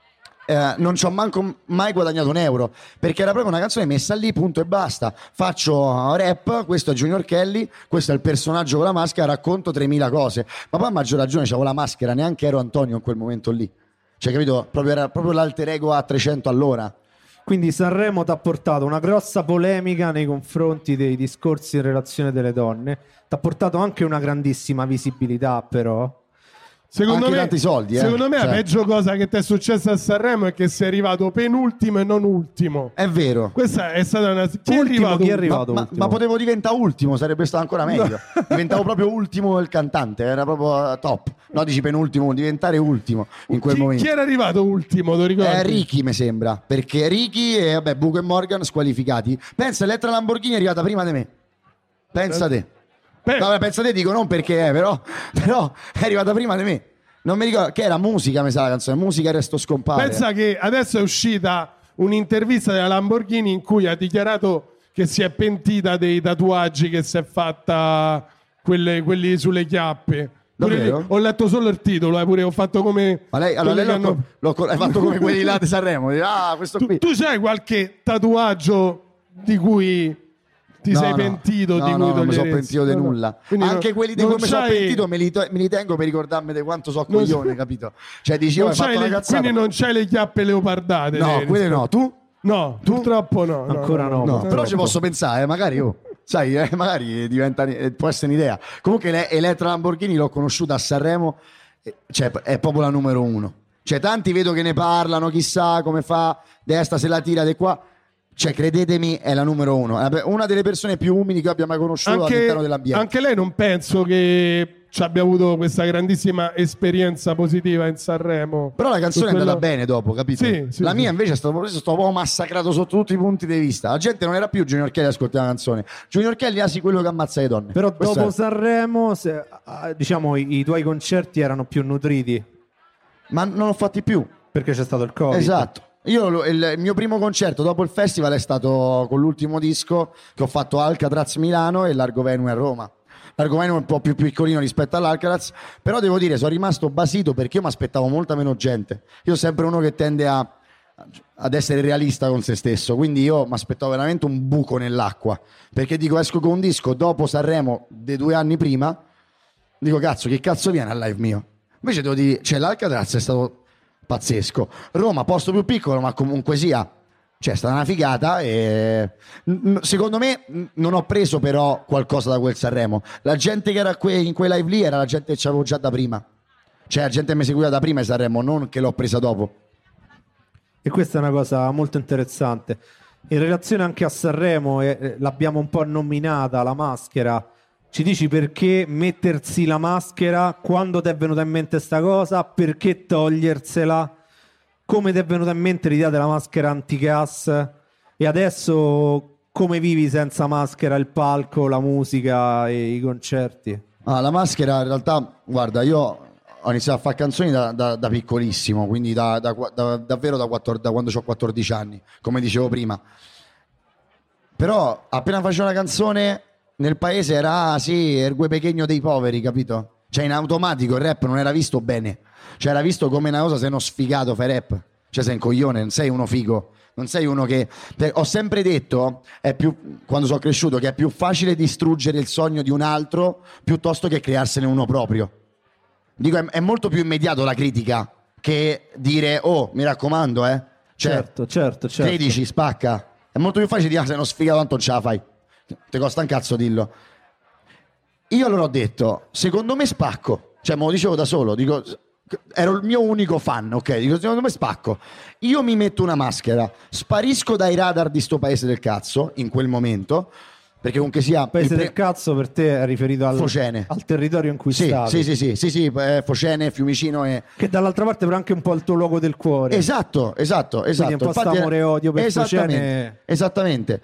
uh, non ci ho manco mai guadagnato un euro, perché era proprio una canzone messa lì, punto e basta. Faccio rap, questo è Junior Kelly, questo è il personaggio con la maschera, racconto tremila cose. Ma poi a maggior ragione c'avevo la maschera, neanche ero Antonio in quel momento lì. Cioè, capito? Proprio, era proprio l'alter ego a trecento all'ora. Quindi Sanremo ti ha portato una grossa polemica nei confronti dei discorsi in relazione delle donne, ti ha portato anche una grandissima visibilità, però. Secondo anche me, tanti soldi, eh? Secondo me cioè. La peggio cosa che ti è successa a Sanremo è che sei arrivato penultimo e non ultimo. È vero. Questa è stata una... Chi ultimo, è arrivato? Chi è arrivato ma, ma, ma potevo diventare ultimo, sarebbe stato ancora meglio. No. Diventavo proprio ultimo il cantante, era proprio top. No, dici penultimo, diventare ultimo in quel chi, momento. Chi era arrivato ultimo, lo ricordi? Eh, Ricky mi sembra, perché Ricky e vabbè, Buco e Morgan squalificati. Pensa, Elettra Lamborghini è arrivata prima di me. Pensa te. Beh. No, pensa te, dico non perché è, però, però è arrivata prima di me. Non mi ricordo, che era musica, mi sa la canzone, musica e resto scompare. Pensa che adesso è uscita un'intervista della Lamborghini in cui ha dichiarato che si è pentita dei tatuaggi che si è fatta quelle, quelli sulle chiappe. Davvero? Lì, ho letto solo il titolo, eh, pure ho fatto come... Ma lei, allora lei l'ho, hanno... l'ho, hai fatto come quelli là di Sanremo. Ah, questo tu, qui. tu c'hai qualche tatuaggio di cui... ti no, sei no, pentito no, di no, cui non mi sono toglieresti? pentito di No, no. nulla. Quindi Anche no, quelli di non cui mi sono c'hai- pentito me li, to- me li tengo per ricordarmi di quanto so Non coglione, so- capito? Cioè dici, oh, Non hai fatto c'hai una le- cazzata. quindi non c'hai le chiappe leopardate? No, le- quelle no. Tu? No, purtroppo no. no, Ancora no. No, no, però no. ci posso pensare, eh, magari oh, sai, eh, magari diventa, eh, può essere un'idea. Comunque le- Elettra Lamborghini l'ho conosciuta a Sanremo, eh, cioè è proprio la numero uno. Cioè tanti vedo che ne parlano, chissà come fa, destra se la tira di qua. Cioè credetemi, è la numero uno. È una delle persone più umili che abbia mai conosciuto Anche, all'interno dell'ambiente. anche lei non penso che ci abbia avuto questa grandissima esperienza positiva in Sanremo. Però la canzone è Su andata quello- bene dopo, capito? Sì, sì, la mia sì. invece è stato proprio, è stato proprio massacrato sotto tutti i punti di vista. La gente non era più Junior Kelly a ascoltare la canzone. Junior Kelly era sì quello che ammazza le donne. Però Questo dopo è. Sanremo, se- ah, diciamo, i, i tuoi concerti erano più nutriti. Ma non l'ho fatti più. Perché c'è stato il Covid. Esatto. Io il, il mio primo concerto dopo il festival è stato con l'ultimo disco che ho fatto a Alcatraz Milano e Largo Venue a Roma. Largo Venue è un po' più piccolino rispetto all'Alcatraz, però devo dire sono rimasto basito perché io mi aspettavo molta meno gente. Io sono sempre uno che tende a, ad essere realista con se stesso, quindi io mi aspettavo veramente un buco nell'acqua, perché dico esco con un disco dopo Sanremo dei due anni prima, dico cazzo che cazzo viene al live mio? Invece devo dire, cioè l'Alcatraz è stato pazzesco. Roma, posto più piccolo, ma comunque sia, cioè è stata una figata e secondo me non ho preso però qualcosa da quel Sanremo. La gente che era que- in quei live lì era la gente che c'avevo già da prima. Cioè la gente che mi seguiva da prima di Sanremo, non che l'ho presa dopo. E questa è una cosa molto interessante. In relazione anche a Sanremo, eh, l'abbiamo un po' nominata, la maschera. Ci dici perché mettersi la maschera, quando ti è venuta in mente sta cosa, perché togliersela, come ti è venuta in mente l'idea della maschera antigas e adesso come vivi senza maschera il palco, la musica e i concerti? Ah, la maschera in realtà, guarda, io ho iniziato a fare canzoni da, da, da piccolissimo, quindi da, da, da, davvero da, quattordici, da quando ho quattordici anni, come dicevo prima. Però appena facevo una canzone nel paese era, ah, sì, ergue pechegno dei poveri, capito? Cioè in automatico il rap non era visto bene, cioè era visto come una cosa, sei uno sfigato, fai rap, cioè sei un coglione, non sei uno figo, non sei uno che... Ho sempre detto, è più, quando sono cresciuto, che è più facile distruggere il sogno di un altro piuttosto che crearsene uno proprio. Dico, è, è molto più immediato la critica che dire, oh, mi raccomando, eh. Cioè, certo, certo, certo. tredici, spacca. È molto più facile dire, ah, sei uno sfigato, tanto non ce la fai. Ti costa un cazzo dillo. Io allora ho detto, secondo me spacco, cioè me lo dicevo da solo, dico, ero il mio unico fan, ok, dico secondo me spacco, io mi metto una maschera, sparisco dai radar di sto paese del cazzo in quel momento, perché comunque sia paese pre- del cazzo per te è riferito al, Focene. al territorio in cui sì, stavi, sì, sì, sì, sì, sì, eh, Focene, Fiumicino e... che dall'altra parte però anche un po' il tuo luogo del cuore, esatto, esatto, esatto. quindi un po' Infatti, amore e odio per esattamente, Focene. esattamente.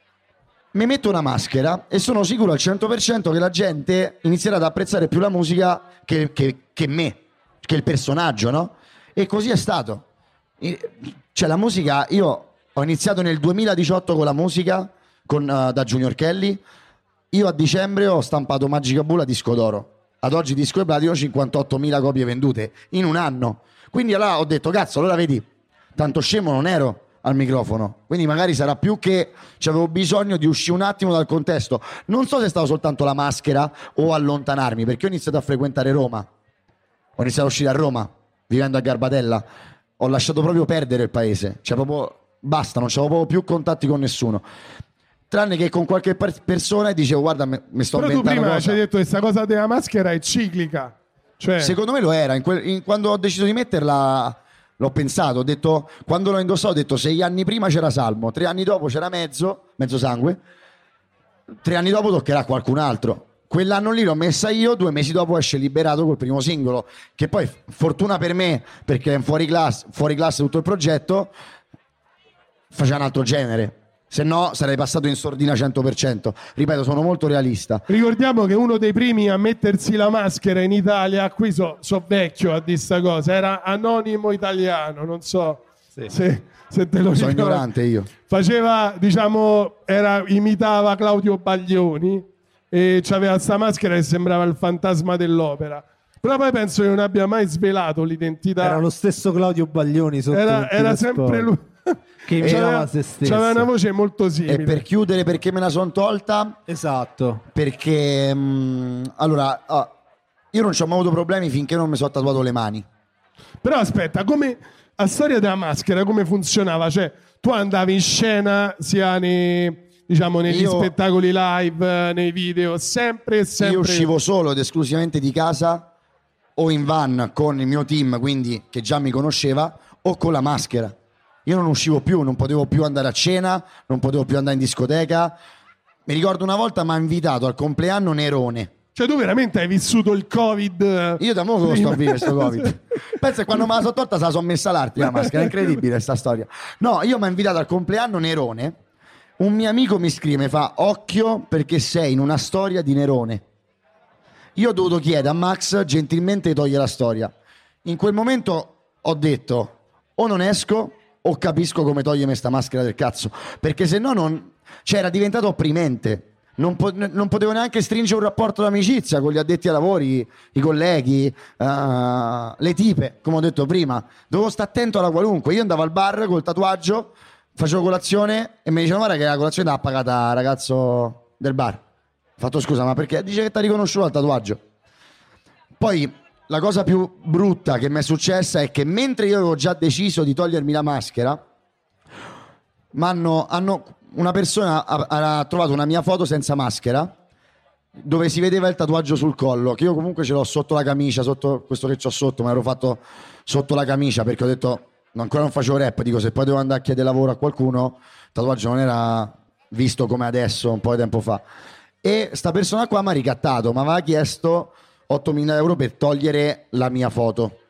Mi metto una maschera e sono sicuro al cento per cento che la gente inizierà ad apprezzare più la musica che, che, che me, che il personaggio, no? E così è stato. Cioè la musica, io ho iniziato nel duemiladiciotto con la musica, con, uh, da Junior Kelly. Io a dicembre ho stampato Magica Bulla disco d'oro. Ad oggi disco e platino, cinquantottomila copie vendute in un anno. Quindi allora ho detto, cazzo, allora vedi, tanto scemo non ero al microfono, quindi magari sarà più che avevo bisogno di uscire un attimo dal contesto. Non so se è stato soltanto la maschera o allontanarmi, perché ho iniziato a frequentare Roma, ho iniziato a uscire a Roma vivendo a Garbatella, ho lasciato proprio perdere il paese, cioè proprio basta, non c'avevo proprio più contatti con nessuno, tranne che con qualche per- persona, e dicevo guarda mi sto però tu inventando prima cosa. ci hai detto che questa cosa della maschera è ciclica, cioè... Secondo me lo era, in quel, in, quando ho deciso di metterla l'ho pensato, ho detto, quando l'ho indossato ho detto sei anni prima c'era Salmo, tre anni dopo c'era Mezzo, Mezzo Sangue, tre anni dopo toccherà qualcun altro. Quell'anno lì l'ho messa io, due mesi dopo esce Liberato col primo singolo, che poi fortuna per me, perché è fuori classe, fuori classe tutto il progetto, faceva un altro genere. Se no sarei passato in sordina cento per cento. Ripeto, sono molto realista. Ricordiamo che uno dei primi a mettersi la maschera in Italia, qui so, so vecchio a dire sta cosa, era Anonimo Italiano, non so sì. se, se te lo Sono ricordi. ignorante io. Faceva, diciamo, era, imitava Claudio Baglioni e c'aveva sta maschera che sembrava il fantasma dell'opera. Però poi penso che non abbia mai svelato l'identità. Era lo stesso Claudio Baglioni sotto Era, era sempre lui. Che imitava C'aveva, se stesso. c'aveva una voce molto simile. E per chiudere, perché me la sono tolta? Esatto. Perché mh, allora oh, io non ci ho mai avuto problemi finché non mi sono tatuato le mani. Però aspetta, come la storia della maschera come funzionava? Cioè, tu andavi in scena sia nei, diciamo, negli Io- spettacoli live, nei video, sempre e sempre. Io uscivo solo ed esclusivamente di casa o in van con il mio team, quindi che già mi conosceva, o con la maschera. Io non uscivo più, non potevo più andare a cena, non potevo più andare in discoteca. Mi ricordo una volta mi ha invitato al compleanno Nerone. Cioè, tu veramente hai vissuto il Covid? Io da molto lo sto a vivere sto Covid. Pensa che quando me la sono tolta se la sono messa l'arte la maschera, è incredibile sta storia. No, io mi ha invitato al compleanno Nerone. Un mio amico mi scrive, mi fa occhio perché sei in una storia di Nerone. Io ho dovuto chiedere a Max gentilmente di togliere la storia. In quel momento ho detto o non esco o capisco come togliermi sta maschera del cazzo, perché se no non, cioè era diventato opprimente. Non, po- non potevo neanche stringere un rapporto d'amicizia con gli addetti ai lavori, i colleghi, uh, le tipe, come ho detto prima. Dovevo stare attento alla qualunque. Io andavo al bar col tatuaggio, facevo colazione e mi dicevano guarda che la colazione l'ha pagata il ragazzo del bar. Ho fatto scusa, ma perché? Dice che ti ha riconosciuto al tatuaggio. Poi la cosa più brutta che mi è successa è che mentre io avevo già deciso di togliermi la maschera, m'hanno, hanno, una persona ha, ha trovato una mia foto senza maschera dove si vedeva il tatuaggio sul collo, che io comunque ce l'ho sotto la camicia, sotto questo che c'ho sotto, me l'ero fatto sotto la camicia perché ho detto, ancora non facevo rap, dico se poi devo andare a chiedere lavoro a qualcuno, il tatuaggio non era visto come adesso, un po' di tempo fa. E sta persona qua mi ha ricattato, mi aveva chiesto ottomila euro per togliere la mia foto.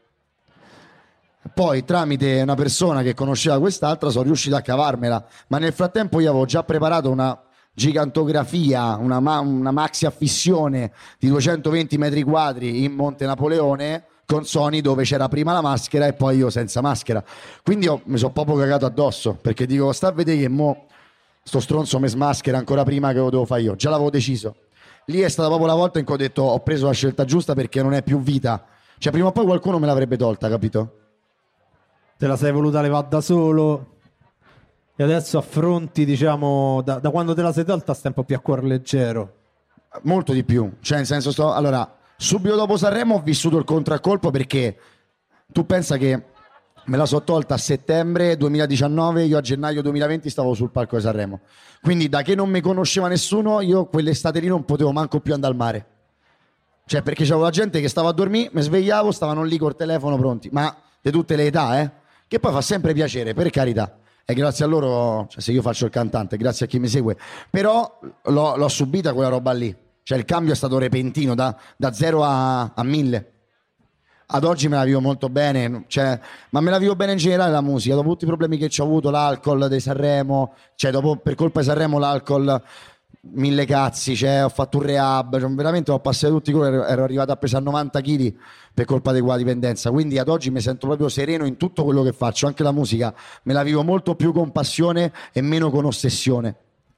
Poi tramite una persona che conosceva quest'altra sono riuscito a cavarmela, ma nel frattempo io avevo già preparato una gigantografia, una, ma- una maxi affissione di duecentoventi metri quadri in Monte Napoleone con Sony, dove c'era prima la maschera e poi io senza maschera. Quindi io mi sono proprio cagato addosso, perché dico sta a vedere che mo sto stronzo mi smaschera ancora prima che lo devo fare io, già l'avevo deciso. Lì è stata proprio la volta in cui ho detto ho preso la scelta giusta, perché non è più vita, cioè prima o poi qualcuno me l'avrebbe tolta, capito? Te la sei voluta levare da solo e adesso affronti, diciamo, da, da quando te la sei tolta stai un po' più a cuor leggero. Molto di più, cioè nel senso sto... Allora, subito dopo Sanremo ho vissuto il contraccolpo, perché tu pensa che me la so tolta a settembre duemiladiciannove, io a gennaio duemilaventi stavo sul palco di Sanremo, quindi da che non mi conosceva nessuno io quell'estate lì non potevo manco più andare al mare, cioè perché c'avevo la gente che stava a dormire, mi svegliavo, stavano lì col telefono pronti, ma di tutte le età, eh, che poi fa sempre piacere, per carità, e grazie a loro, cioè se io faccio il cantante, grazie a chi mi segue, però l'ho, l'ho subita quella roba lì, cioè il cambio è stato repentino, da, da zero a, a mille. Ad oggi me la vivo molto bene, cioè, ma me la vivo bene in generale la musica, dopo tutti i problemi che ci ho avuto, l'alcol di Sanremo, cioè dopo per colpa di Sanremo l'alcol, mille cazzi, cioè, ho fatto un rehab, cioè, veramente ho passato tutti i colori, ero, ero arrivato a pesare novanta chili per colpa di quella dipendenza, quindi ad oggi mi sento proprio sereno in tutto quello che faccio, anche la musica me la vivo molto più con passione e meno con ossessione.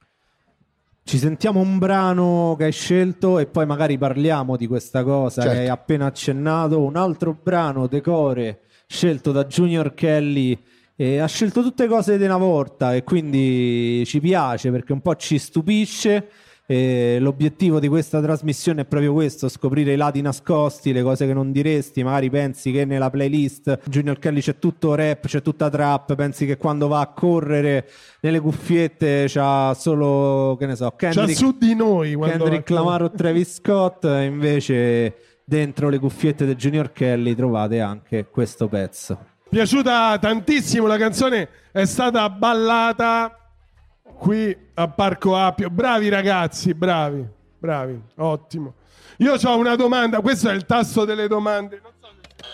Ci sentiamo un brano che hai scelto e poi magari parliamo di questa cosa, certo, che hai appena accennato. Un altro brano, Decore, scelto da Junior Kelly, e ha scelto tutte cose di una volta e quindi ci piace perché un po' ci stupisce. E l'obiettivo di questa trasmissione è proprio questo: scoprire i lati nascosti, le cose che non diresti. Magari pensi che nella playlist Junior Kelly c'è tutto rap, c'è tutta trap, pensi che quando va a correre nelle cuffiette c'ha solo, che ne so, Kendrick, c'ha su di noi Kendrick Lamar o Travis Scott, invece dentro le cuffiette di Junior Kelly trovate anche questo pezzo. Piaciuta tantissimo la canzone, è stata ballata qui a Parco Appio. Bravi ragazzi, bravi, bravi, ottimo. Io ho una domanda, questo è il tasto delle domande. Non so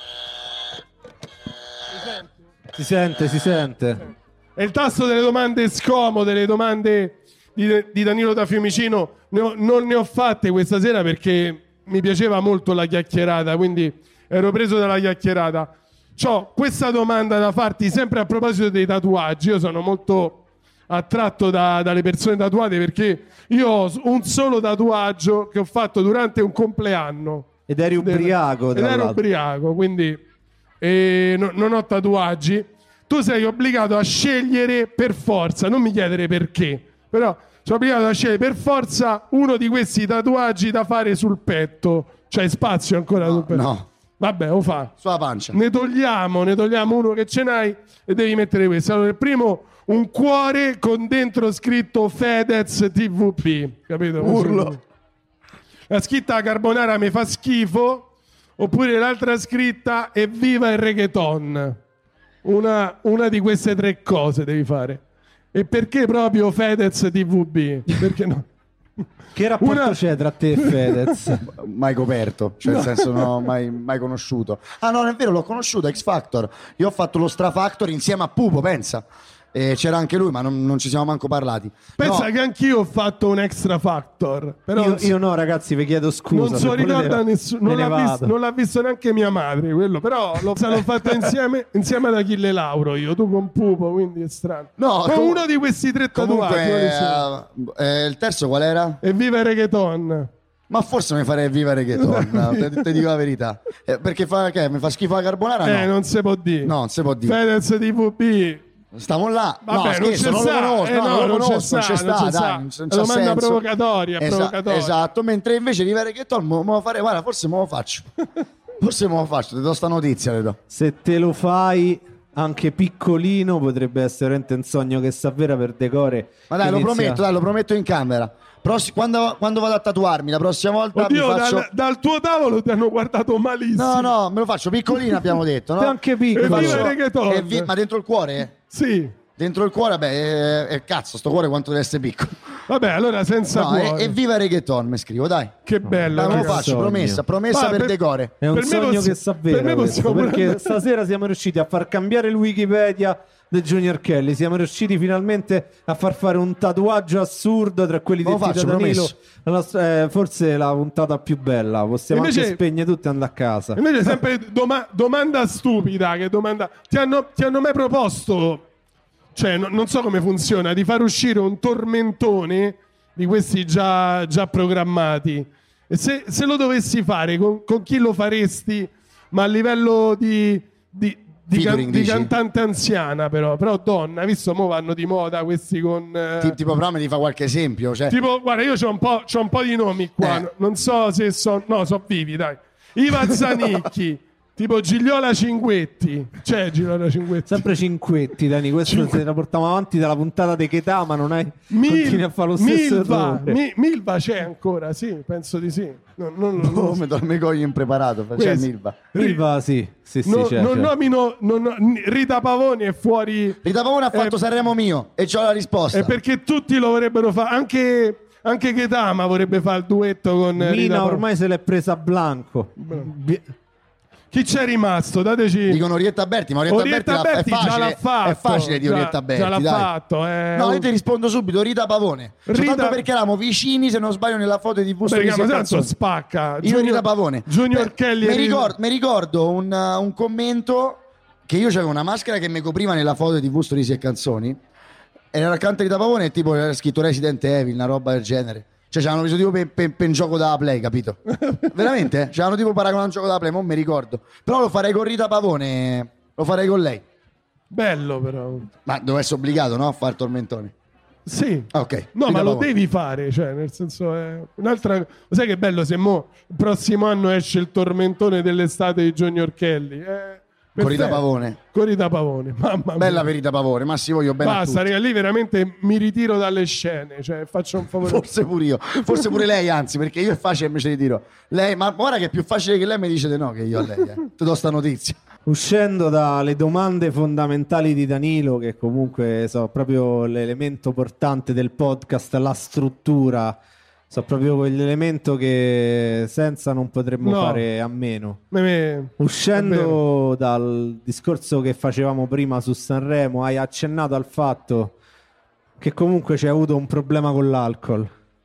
se... Si sente, si sente. È il tasto delle domande scomode, le domande di, di Danilo da Fiumicino. Ne ho, non ne ho fatte questa sera perché mi piaceva molto la chiacchierata, quindi ero preso dalla chiacchierata. C'ho questa domanda da farti sempre a proposito dei tatuaggi. Io sono molto attratto da, dalle persone tatuate perché io ho un solo tatuaggio che ho fatto durante un compleanno. Ed eri ubriaco, ed ero ubriaco, quindi eh, no, non ho tatuaggi. Tu sei obbligato a scegliere per forza, non mi chiedere perché, però sono obbligato a scegliere per forza uno di questi tatuaggi da fare sul petto. C'hai spazio ancora No, sul petto? no. Vabbè, lo fa. Sulla pancia. Ne togliamo, ne togliamo uno che ce n'hai e devi mettere questo. Allora, il primo, un cuore con dentro scritto Fedez T V P, capito? Urlo. La scritta carbonara mi fa schifo, oppure l'altra scritta evviva il reggaeton. Una, una di queste tre cose devi fare. E perché proprio Fedez T V P? Perché no? Che rapporto Una... c'è tra te e Fedez? Mai coperto, cioè nel senso non ho mai, mai conosciuto. Ah no, non è vero, l'ho conosciuto, X Factor. Io ho fatto lo Stra Factor insieme a Pupo, pensa. E c'era anche lui, ma non, non ci siamo manco parlati. Pensa No. che anch'io ho fatto un extra factor. Però Io, io no, ragazzi, vi chiedo scusa. non so se volete ricorda nessuno, me non, ne l'ha visto, vado. non l'ha visto neanche mia madre quello, però l'ho, l'ho fatto insieme, insieme ad Achille Lauro io, tu con Pupo, quindi è strano. No, con com- uno di questi tre tatuaggi. quali sono? Comunque, eh, il terzo qual era? Evviva il reggaeton. Ma forse mi farei viva reggaeton, te, te dico la verità. Eh, perché fa, che, mi fa schifo la carbonara? No, Eh, non si può dire. no, non si può dire. Fedez di V B. Stiamo là. Vabbè, no, scherzo, non non, c'è lo sta, conosco, eh, no, no, non lo non c'è conosco, sta, non c'è non sta, c'è dai, sta. non, non È c'ha domanda senso. provocatoria, Esa- provocatoria. Esatto, mentre invece viva reggaeton mo, mo fare, guarda, forse me lo faccio. Forse me lo faccio, ti do sta notizia, le do. Se te lo fai anche piccolino, potrebbe essere veramente un sogno che sa vera per Decore. Ma dai, lo Inizia- prometto, dai, lo prometto in camera. Prossi- quando, quando vado a tatuarmi la prossima volta Oddio, mi faccio... dal, dal tuo tavolo ti hanno guardato malissimo. No, no, me lo faccio piccolino, abbiamo detto, no? Anche piccolo. E viva Faccio- il reggaeton. e vi- Ma dentro il cuore? Sì. Dentro il cuore, beh, è, è cazzo, sto cuore quanto deve essere piccolo. Vabbè, allora senza No, cuore. e, e viva reggaeton, mi scrivo, dai. Che bello. Dai, me lo ragazzi. faccio, sogno. promessa, promessa Ma per, per- Decore. È un Per me sogno possi- che sa per vera me questo, possiamo perché prendere- stasera siamo riusciti a far cambiare il Wikipedia del Junior Kelly, siamo riusciti finalmente a far fare un tatuaggio assurdo tra quelli Lo detti faccio, da Danilo. promesso. La nostra- eh, forse è la puntata più bella, possiamo Invece- anche spegnere tutti e andare a casa. Invece sempre doma- domanda stupida, che domanda... Ti hanno, ti hanno mai proposto, cioè no- non so come funziona, di far uscire un tormentone di questi già, già programmati? E se, se lo dovessi fare, con, con chi lo faresti? Ma a livello di... di Di, can- Featuring, di dici? cantante anziana, però, però donna, visto mo vanno di moda questi con eh, Ti- Tipo, però mi ti fa qualche esempio, cioè... tipo, guarda, io c'ho un po', c'ho un po' di nomi qua, Eh. no- non so se sono, no, sono vivi, dai. Iva Zanicchi, tipo Gigliola Cinquetti, c'è Gigliola Cinquetti. Sempre cinquetti, Dani, questo se la portiamo avanti dalla puntata di Chetà, ma non hai Mil- continui a fare lo stesso Milva, errore. Mi- Milva c'è ancora, sì, penso di sì. No, non, non- Oh, mi dorme coglio impreparato, c'è Questo. Milva. Milva, sì, sì, sì, no- c'è, non c'è. nomino non- Rita Pavoni è fuori. Rita Pavone ha fatto Eh, Sanremo mio e c'ho la risposta. È perché tutti lo vorrebbero fare, anche, anche Chetama vorrebbe fare il duetto con Rita Mina Pavoni. ormai se l'è presa a Blanco. Bi- Chi c'è rimasto? Dateci. Dicono Orietta Berti, ma Orietta, Orietta Berti, la- Berti è facile, già l'ha fatto. è facile di Già- Orietta Berti, già l'ha dai. fatto. eh. No, io ti rispondo subito, Rita Pavone. Rita- Soltanto perché eravamo vicini, se non sbaglio, nella foto di Busto Beh, di raga, ma tanto Canzoni. spacca. Io e Rita Pavone. Junior Beh, Kelly e Mi Rita- ricordo, mi ricordo un, uh, un commento che io c'avevo una maschera che mi copriva nella foto di Busto Risi e Canzoni. E era accanto a Rita Pavone e tipo era scritto Resident Evil, una roba del genere. Cioè c'avevano preso tipo per, per- per un gioco da Play, capito? Veramente? Eh? C'avevano tipo paragonato a un gioco da Play, non mi ricordo. Però lo farei con Rita Pavone, lo farei con lei. Bello però. Ma dove essere obbligato, no? A fare il tormentone. Sì. Ah, ok. No, Rita ma lo Pavone. devi fare, cioè, nel senso è un'altra. Sai che bello se mo il prossimo anno esce il tormentone dell'estate di Junior Kelly. Eh, Con Rita perfetto. Pavone. Con Rita Pavone, mamma mia. Bella per Rita Pavone, ma si voglio bene a Basta, tutti. raga, lì veramente mi ritiro dalle scene, cioè faccio un favore. Forse pure io, forse pure lei, anzi, perché io è facile invece di tiro. Lei, ma guarda che è più facile che lei mi dice di no che io a lei. Eh. Ti do sta notizia. Uscendo dalle domande fondamentali di Danilo, che comunque so proprio l'elemento portante del podcast, la struttura, so proprio quell'elemento che senza non potremmo No. fare a meno. Me- me- Uscendo dal discorso che facevamo prima su Sanremo, hai accennato al fatto che comunque c'è avuto un problema con l'alcol.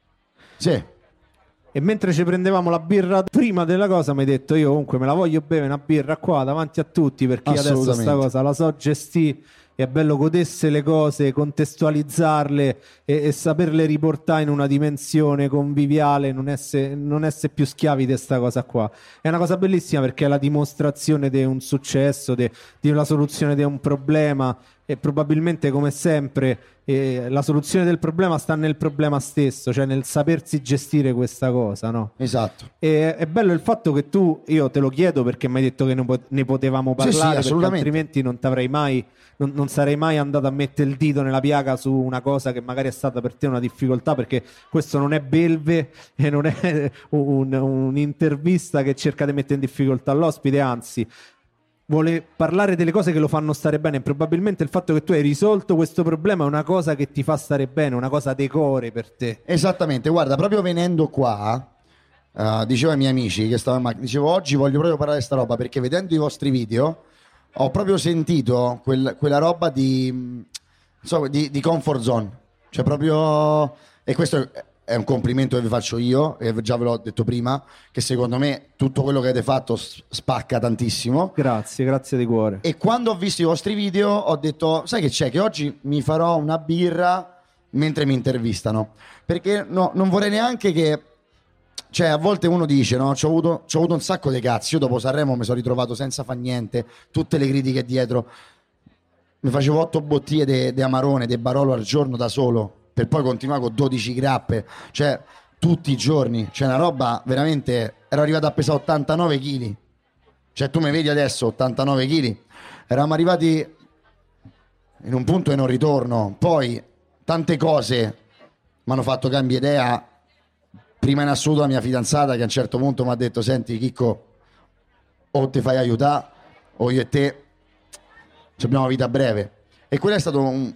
Sì. E mentre ci prendevamo la birra prima della cosa mi hai detto io comunque me la voglio bere una birra qua davanti a tutti perché io adesso sta Assolutamente. cosa la so gestire e è bello godesse le cose, contestualizzarle e, e saperle riportare in una dimensione conviviale, non essere, non essere più schiavi di questa cosa qua. È una cosa bellissima perché è la dimostrazione di un successo, de- di una soluzione di un problema e probabilmente come sempre eh, la soluzione del problema sta nel problema stesso, cioè nel sapersi gestire questa cosa, no? Esatto. E è bello il fatto che tu, io te lo chiedo perché mi hai detto che ne, po- ne potevamo Sì, parlare, sì, perché assolutamente. altrimenti non t'avrei mai, non, non sarei mai andato a mettere il dito nella piaga su una cosa che magari è stata per te una difficoltà, perché questo non è belve e non è un- un'intervista che cerca di mettere in difficoltà l'ospite, anzi vuole parlare delle cose che lo fanno stare bene. Probabilmente il fatto che tu hai risolto questo problema è una cosa che ti fa stare bene, una cosa decore per te. Esattamente, guarda, proprio venendo qua, uh, dicevo ai miei amici che stavano in macchina, dicevo oggi voglio proprio parlare di sta roba perché vedendo i vostri video ho proprio sentito quel- quella roba di, so, di, di comfort zone. Cioè proprio... E questo è un complimento che vi faccio io, e già ve l'ho detto prima, che secondo me tutto quello che avete fatto spacca tantissimo. Grazie, grazie di cuore. E quando ho visto i vostri video ho detto, sai che c'è? Che oggi mi farò una birra mentre mi intervistano. Perché no, non vorrei neanche che... Cioè, a volte uno dice, no, c'ho avuto, c'ho avuto un sacco di cazzi. Io dopo Sanremo mi sono ritrovato senza fa niente, tutte le critiche dietro. Mi facevo otto bottiglie di Amarone, di Barolo al giorno da solo, per poi continuare con dodici grappe. Cioè, tutti i giorni. Cioè, una roba veramente... Ero arrivato a pesare ottantanove chili. Cioè, tu mi vedi adesso, ottantanove chili. Eravamo arrivati in un punto di non ritorno. Poi, tante cose mi hanno fatto cambiare idea. Prima in assoluto la mia fidanzata, che a un certo punto mi ha detto, senti Chicco, o ti fai aiutare o io e te abbiamo vita breve. E quella è stata un,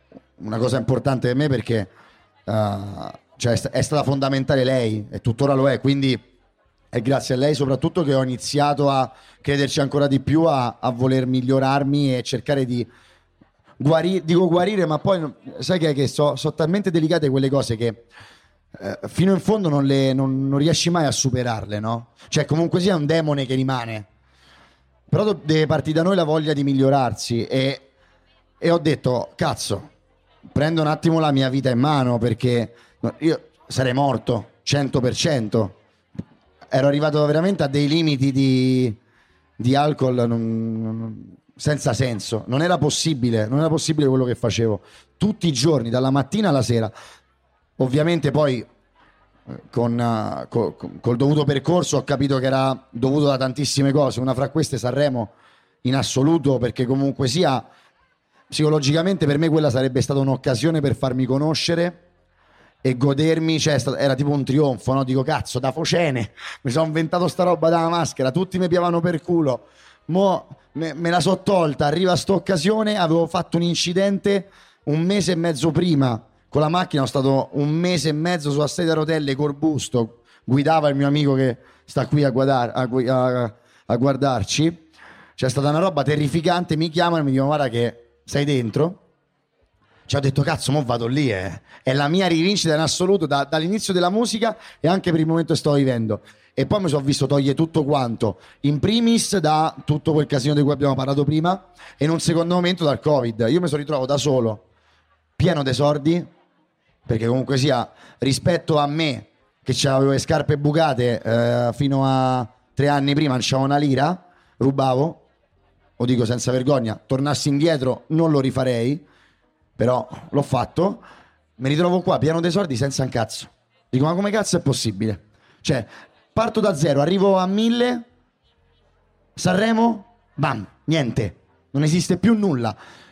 una cosa importante per me, perché uh, cioè è, è stata fondamentale lei, e tuttora lo è, quindi è grazie a lei soprattutto che ho iniziato a crederci ancora di più, a, a voler migliorarmi e cercare di guarire, dico guarire, ma poi sai che, che so, so talmente delicate quelle cose che Eh, fino in fondo non, le, non, non riesci mai a superarle, no? Cioè comunque sia un demone che rimane, però do, deve partire da noi la voglia di migliorarsi, e, e ho detto cazzo, prendo un attimo la mia vita in mano, perché io sarei morto cento per cento, ero arrivato veramente a dei limiti di, di alcol non, non, senza senso, non era possibile, non era possibile quello che facevo tutti i giorni, dalla mattina alla sera. Ovviamente poi con, uh, col, col dovuto percorso ho capito che era dovuto da tantissime cose, una fra queste Sanremo in assoluto, perché comunque sia psicologicamente per me quella sarebbe stata un'occasione per farmi conoscere e godermi, cioè era tipo un trionfo, no? Dico cazzo, da Focene mi sono inventato sta roba dalla maschera, tutti mi piavano per culo, mo me, me la so tolta, arriva sta occasione, avevo fatto un incidente un mese e mezzo prima con la macchina, ho stato un mese e mezzo sulla sedia a rotelle col busto, guidava il mio amico che sta qui a, guardar, a, a, a guardarci. C'è stata una roba terrificante, mi chiamano e mi dicono guarda che sei dentro. Ci ho detto cazzo, mo vado lì, eh. È la mia rivincita in assoluto da, dall'inizio della musica e anche per il momento che sto vivendo. E poi mi sono visto togliere tutto quanto, in primis da tutto quel casino di cui abbiamo parlato prima, e in un secondo momento dal Covid. Io mi sono ritrovato da solo, pieno di soldi, perché comunque sia, rispetto a me che avevo le scarpe bucate eh, fino a tre anni prima, non c'avevo una lira, rubavo, lo dico senza vergogna, tornassi indietro non lo rifarei, però l'ho fatto, mi ritrovo qua pieno dei soldi senza un cazzo. Dico ma come cazzo è possibile? Cioè parto da zero, arrivo a mille, Sanremo, bam, niente, non esiste più nulla,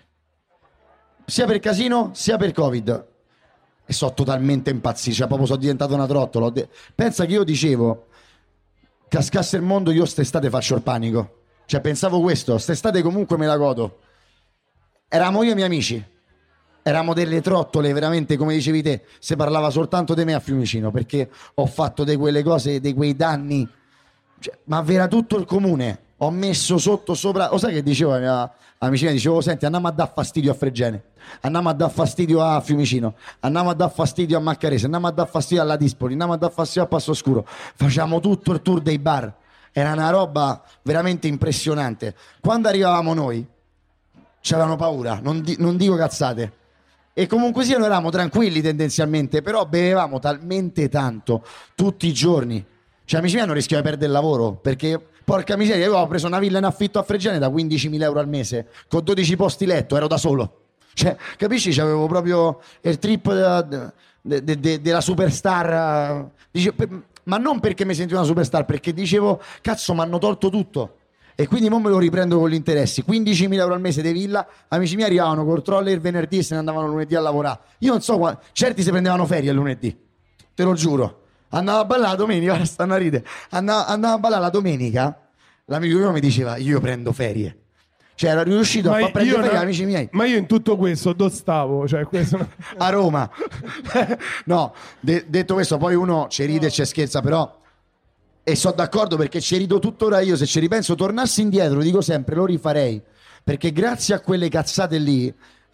sia per casino sia per Covid. E sono totalmente impazzito, cioè proprio sono diventato una trottola. De- Pensa che io dicevo, cascasse il mondo, io st'estate faccio il panico. Cioè pensavo questo, st'estate comunque me la godo. Eravamo io e i miei amici, eravamo delle trottole, veramente, come dicevi te, si parlava soltanto di me a Fiumicino, perché ho fatto di quelle cose, di quei danni, cioè, ma era tutto il comune. Ho messo sotto sopra, lo sai che dicevo alla mia amica, dicevo senti andiamo a dar fastidio a Fregene, andiamo a dar fastidio a Fiumicino, andiamo a dar fastidio a Maccarese, andiamo a dar fastidio alla Dispoli, andiamo a dar fastidio a Passo Oscuro, facciamo tutto il tour dei bar, era una roba veramente impressionante. Quando arrivavamo noi c'avevano paura, non, di, non dico cazzate, e comunque sia noi eravamo tranquilli tendenzialmente, però bevevamo talmente tanto tutti i giorni, cioè amici miei hanno rischiato di perdere il lavoro, perché porca miseria, io avevo preso una villa in affitto a Fregene da quindicimila euro al mese, con dodici posti letto, ero da solo. Cioè, capisci? C'avevo proprio il trip della, de, de, de, della superstar. Dice, per, ma non perché mi sentivo una superstar, perché dicevo, cazzo, mi hanno tolto tutto. E quindi mo me lo riprendo con gli interessi. quindicimila euro al mese di villa, amici miei arrivavano col trolley il venerdì e se ne andavano lunedì a lavorare. Io non so, quando, certi si prendevano ferie il lunedì, te lo giuro. Andavo a ballare la domenica, stanno a ridere. Andavo, andavo a ballare la domenica, l'amico mio mi diceva io prendo ferie. Cioè ero riuscito ma a far prendere ferie, amici miei. Ma io in tutto questo dove stavo? Cioè, questo... a Roma. No, de- detto questo, poi uno ci ride e ci scherza, però, e sono d'accordo perché ci rido tuttora io, se ci ripenso, tornassi indietro, dico sempre, lo rifarei, perché grazie a quelle cazzate lì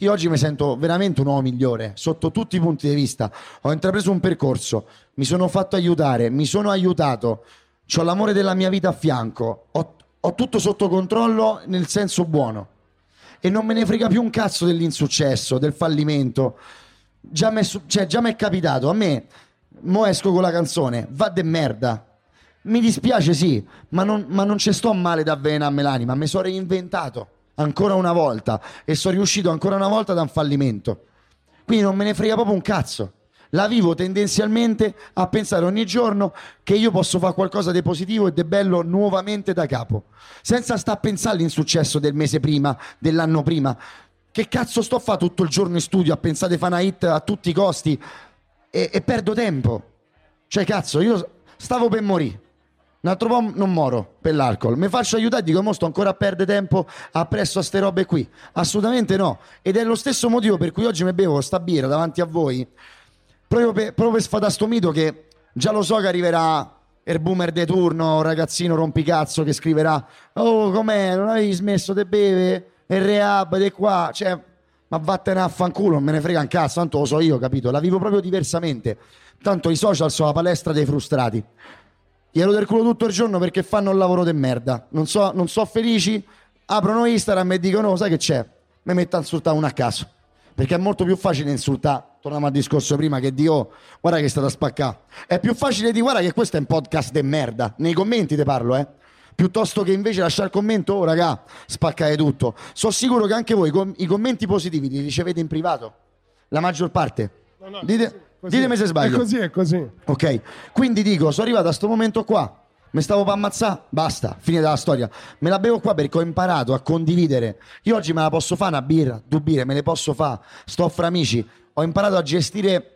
Io oggi mi sento veramente un uomo migliore sotto tutti i punti di vista. Ho intrapreso un percorso, mi sono fatto aiutare, mi sono aiutato, ho l'amore della mia vita a fianco, ho, ho tutto sotto controllo nel senso buono e non me ne frega più un cazzo dell'insuccesso, del fallimento. Già mi cioè, già è capitato, a me mo esco con la canzone, va de merda. Mi dispiace sì, ma non, ma non ci sto male da avvelenarmi l'anima, mi sono reinventato ancora una volta e sono riuscito ancora una volta da un fallimento. Quindi non me ne frega proprio un cazzo. La vivo tendenzialmente a pensare ogni giorno che io posso fare qualcosa di positivo e di bello nuovamente da capo, senza sta a pensare all'insuccesso del mese prima, dell'anno prima. Che cazzo sto a fare tutto il giorno in studio a pensare di fare una hit a tutti i costi e, e perdo tempo. Cioè cazzo, io stavo per morire, un altro po' non moro per l'alcol, mi faccio aiutare e dico mo sto ancora a perdere tempo appresso a ste robe qui? Assolutamente no. Ed è lo stesso motivo per cui oggi mi bevo sta birra davanti a voi, proprio per, proprio per sfatare sto mito che già lo so che arriverà il boomer de turno, un ragazzino rompicazzo che scriverà oh com'è, non avevi smesso di bere, il rehab di qua, cioè ma vattene a fanculo, non me ne frega un cazzo, tanto lo so io, capito? La vivo proprio diversamente, tanto i social sono la palestra dei frustrati. Glielo del culo tutto il giorno perché fanno un lavoro di merda, non so, non so felici, aprono Instagram e dicono oh, sai che c'è, mi metto a insultare uno a caso, perché è molto più facile insultare, torniamo al discorso prima, che di oh guarda che è stata spaccata, è più facile di guarda che questo è un podcast di merda, nei commenti te parlo eh, piuttosto che invece lasciare il commento oh raga spaccate tutto. Sono sicuro che anche voi com- i commenti positivi li ricevete in privato, la maggior parte. No, no, Dite... Così, ditemi se sbaglio. È così, è così. Ok, quindi dico, sono arrivato a sto momento qua, mi stavo per ammazzare, basta, finita la storia. Me la bevo qua perché ho imparato a condividere. Io oggi me la posso fare una birra, due birre, me le posso fare, sto fra amici. Ho imparato a gestire,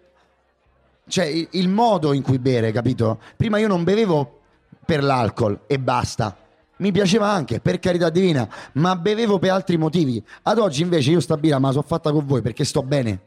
cioè, il, il modo in cui bere, capito? Prima io non bevevo per l'alcol e basta. Mi piaceva anche, per carità divina, ma bevevo per altri motivi. Ad oggi invece io sta birra me la sono fatta con voi perché sto bene,